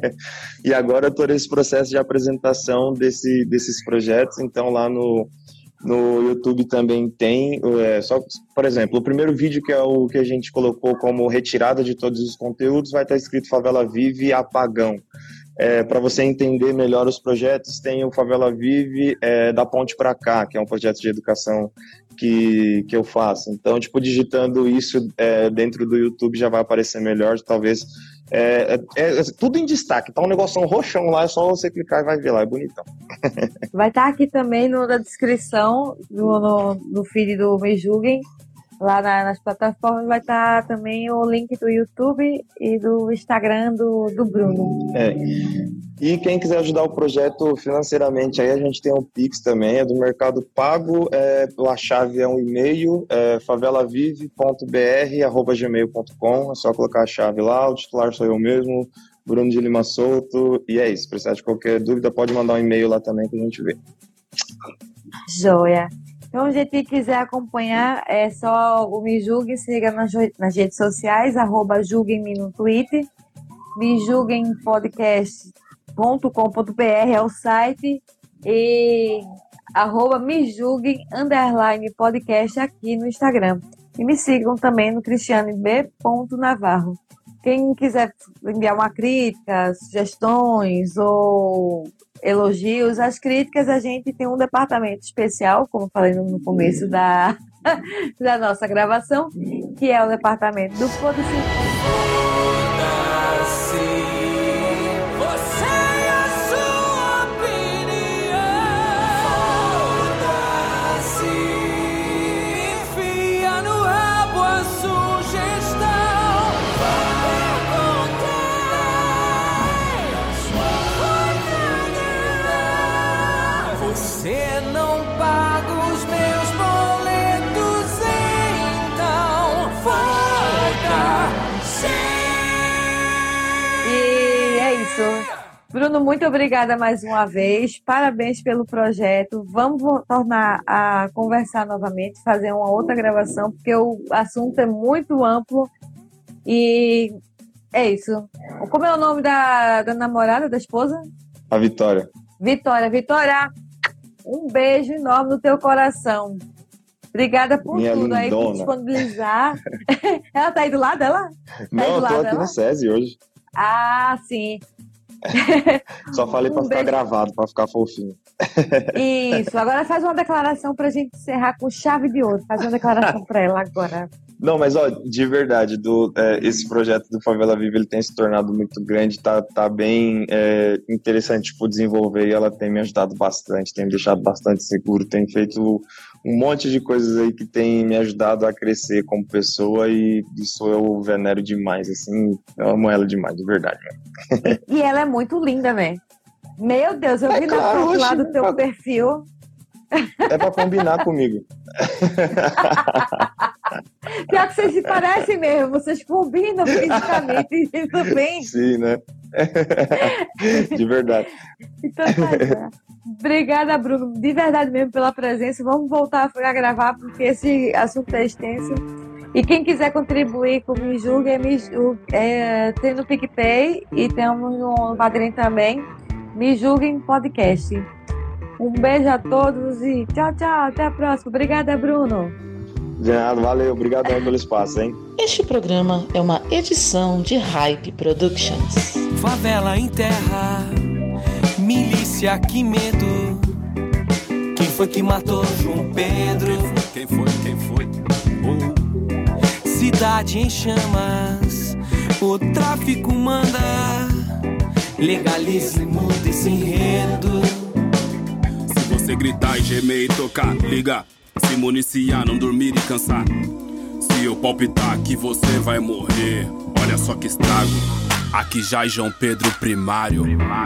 E agora eu estou nesse processo de apresentação desse, desses projetos. Então lá no No YouTube também tem, é, só, por exemplo, o primeiro vídeo, que é o que a gente colocou como retirada de todos os conteúdos, vai estar escrito Favela Vive Apagão. É, para você entender melhor os projetos, tem o Favela Vive é, da Ponte para Cá, que é um projeto de educação que, que eu faço. Então, tipo, digitando isso é, dentro do YouTube já vai aparecer melhor, talvez. É, é, é tudo em destaque, tá um negócio um roxão lá, é só você clicar e vai ver lá, é bonitão.
Vai estar aqui também no, na descrição, no, no, no feed do Me Julguem, lá na, nas plataformas, vai estar também o link do YouTube e do Instagram do, do Bruno.
É. E quem quiser ajudar o projeto financeiramente, aí a gente tem um Pix também, é do Mercado Pago, é, a chave é um e-mail, é favelavive ponto b r arroba gmail ponto com, é só colocar a chave lá, o titular sou eu mesmo, Bruno de Lima Souto, e é isso, se precisar de qualquer dúvida pode mandar um e-mail lá também que a gente vê.
Joia! Então, gente que quiser acompanhar, é só o Me Julguem, siga nas, nas redes sociais, arroba julguem-me no Twitter, me julguem podcast ponto com ponto b r é o site, e arroba me julguem, underline podcast aqui no Instagram. E me sigam também no cristiane b ponto navarro. Quem quiser enviar uma crítica, sugestões ou elogios, as críticas a gente tem um departamento especial, como falei no começo da, da nossa gravação, que é o departamento do Foda-se. Bruno, muito obrigada mais uma vez, parabéns pelo projeto, vamos tornar a conversar novamente, fazer uma outra gravação, porque o assunto é muito amplo e é isso. Como é o nome da, da namorada, da esposa?
A Vitória. Vitória,
Vitória, um beijo enorme no teu coração. Obrigada por
Minha
tudo
lindona.
Aí, por disponibilizar. Ela tá aí do lado dela? Tá
Não, eu tô aqui dela? No SESI hoje.
Ah, sim.
Só falei um pra ficar beijo. Gravado, pra ficar fofinho.
Isso, agora faz uma declaração pra gente encerrar com chave de ouro. Faz uma declaração pra ela agora.
Não, mas ó, de verdade, do, é, esse projeto do Favela Vive, ele tem se tornado muito grande, tá, tá bem é, interessante tipo, desenvolver, e ela tem me ajudado bastante, tem me deixado bastante seguro, tem feito um monte de coisas aí que tem me ajudado a crescer como pessoa e isso eu venero demais, assim, eu amo ela demais, de verdade. Né?
E, e ela é muito linda, né? Meu Deus, eu
é
vi
claro,
na foto lá do teu
pra...
perfil.
É pra combinar comigo.
Pior que vocês se parecem mesmo, vocês combinam fisicamente também.
Sim, né? De verdade.
Então tá. Obrigada, Bruno, de verdade mesmo pela presença. Vamos voltar a gravar porque esse assunto é extenso. E quem quiser contribuir com o Me Julgue, é, Me Julgue, é, tem no PicPay e temos no Padrim também. Me Julguem Podcast. Um beijo a todos e tchau, tchau. Até a próxima. Obrigada, Bruno.
De nada, valeu. Obrigadão pelo espaço, hein?
Este programa é uma edição de Hype Productions.
Favela em terra, milícia, que medo. Quem foi que matou João Pedro?
Quem foi? Quem foi?
Oh. Cidade em chamas, o tráfico manda. Legalize, muda esse enredo.
Se você gritar e gemer e tocar, liga. Se municiar, não dormir e cansar. Se eu palpitar que você vai morrer, olha só que estrago. Aqui já é João Pedro Primário.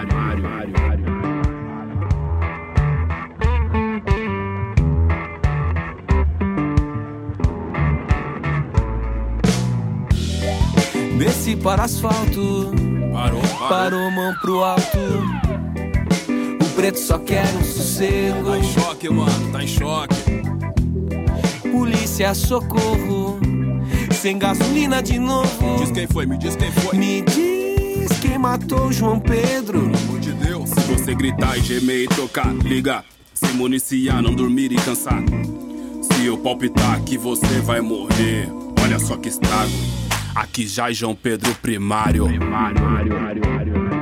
Desci para asfalto,
Parou, parou.
parou, mão pro alto. O preto só quer um sossego.
Tá em choque, mano, tá em choque.
Polícia, socorro, sem gasolina de novo.
Diz quem foi, me diz quem foi.
Me diz quem matou João Pedro.
Pelo amor de Deus. Se você gritar e gemer e tocar, liga. Se municiar, não dormir e cansar. Se eu palpitar que você vai morrer, olha só que estrago. Aqui já é João Pedro Primário. Primário, primário, primário.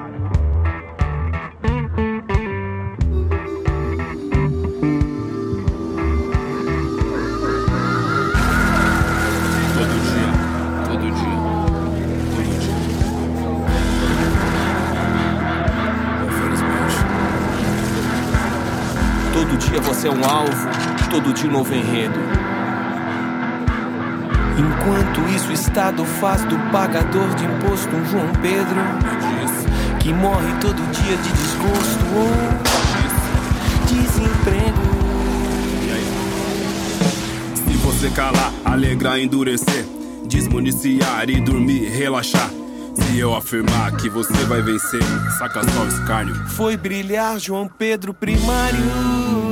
Todo dia você é um alvo, todo dia um novo enredo. Enquanto isso o Estado faz do pagador de imposto um João Pedro que morre todo dia de desgosto ou desemprego.
Se você calar, alegrar, endurecer, desmuniciar e dormir, relaxar. Se eu afirmar que você vai vencer, saca só o escárnio.
Foi brilhar João Pedro Primário.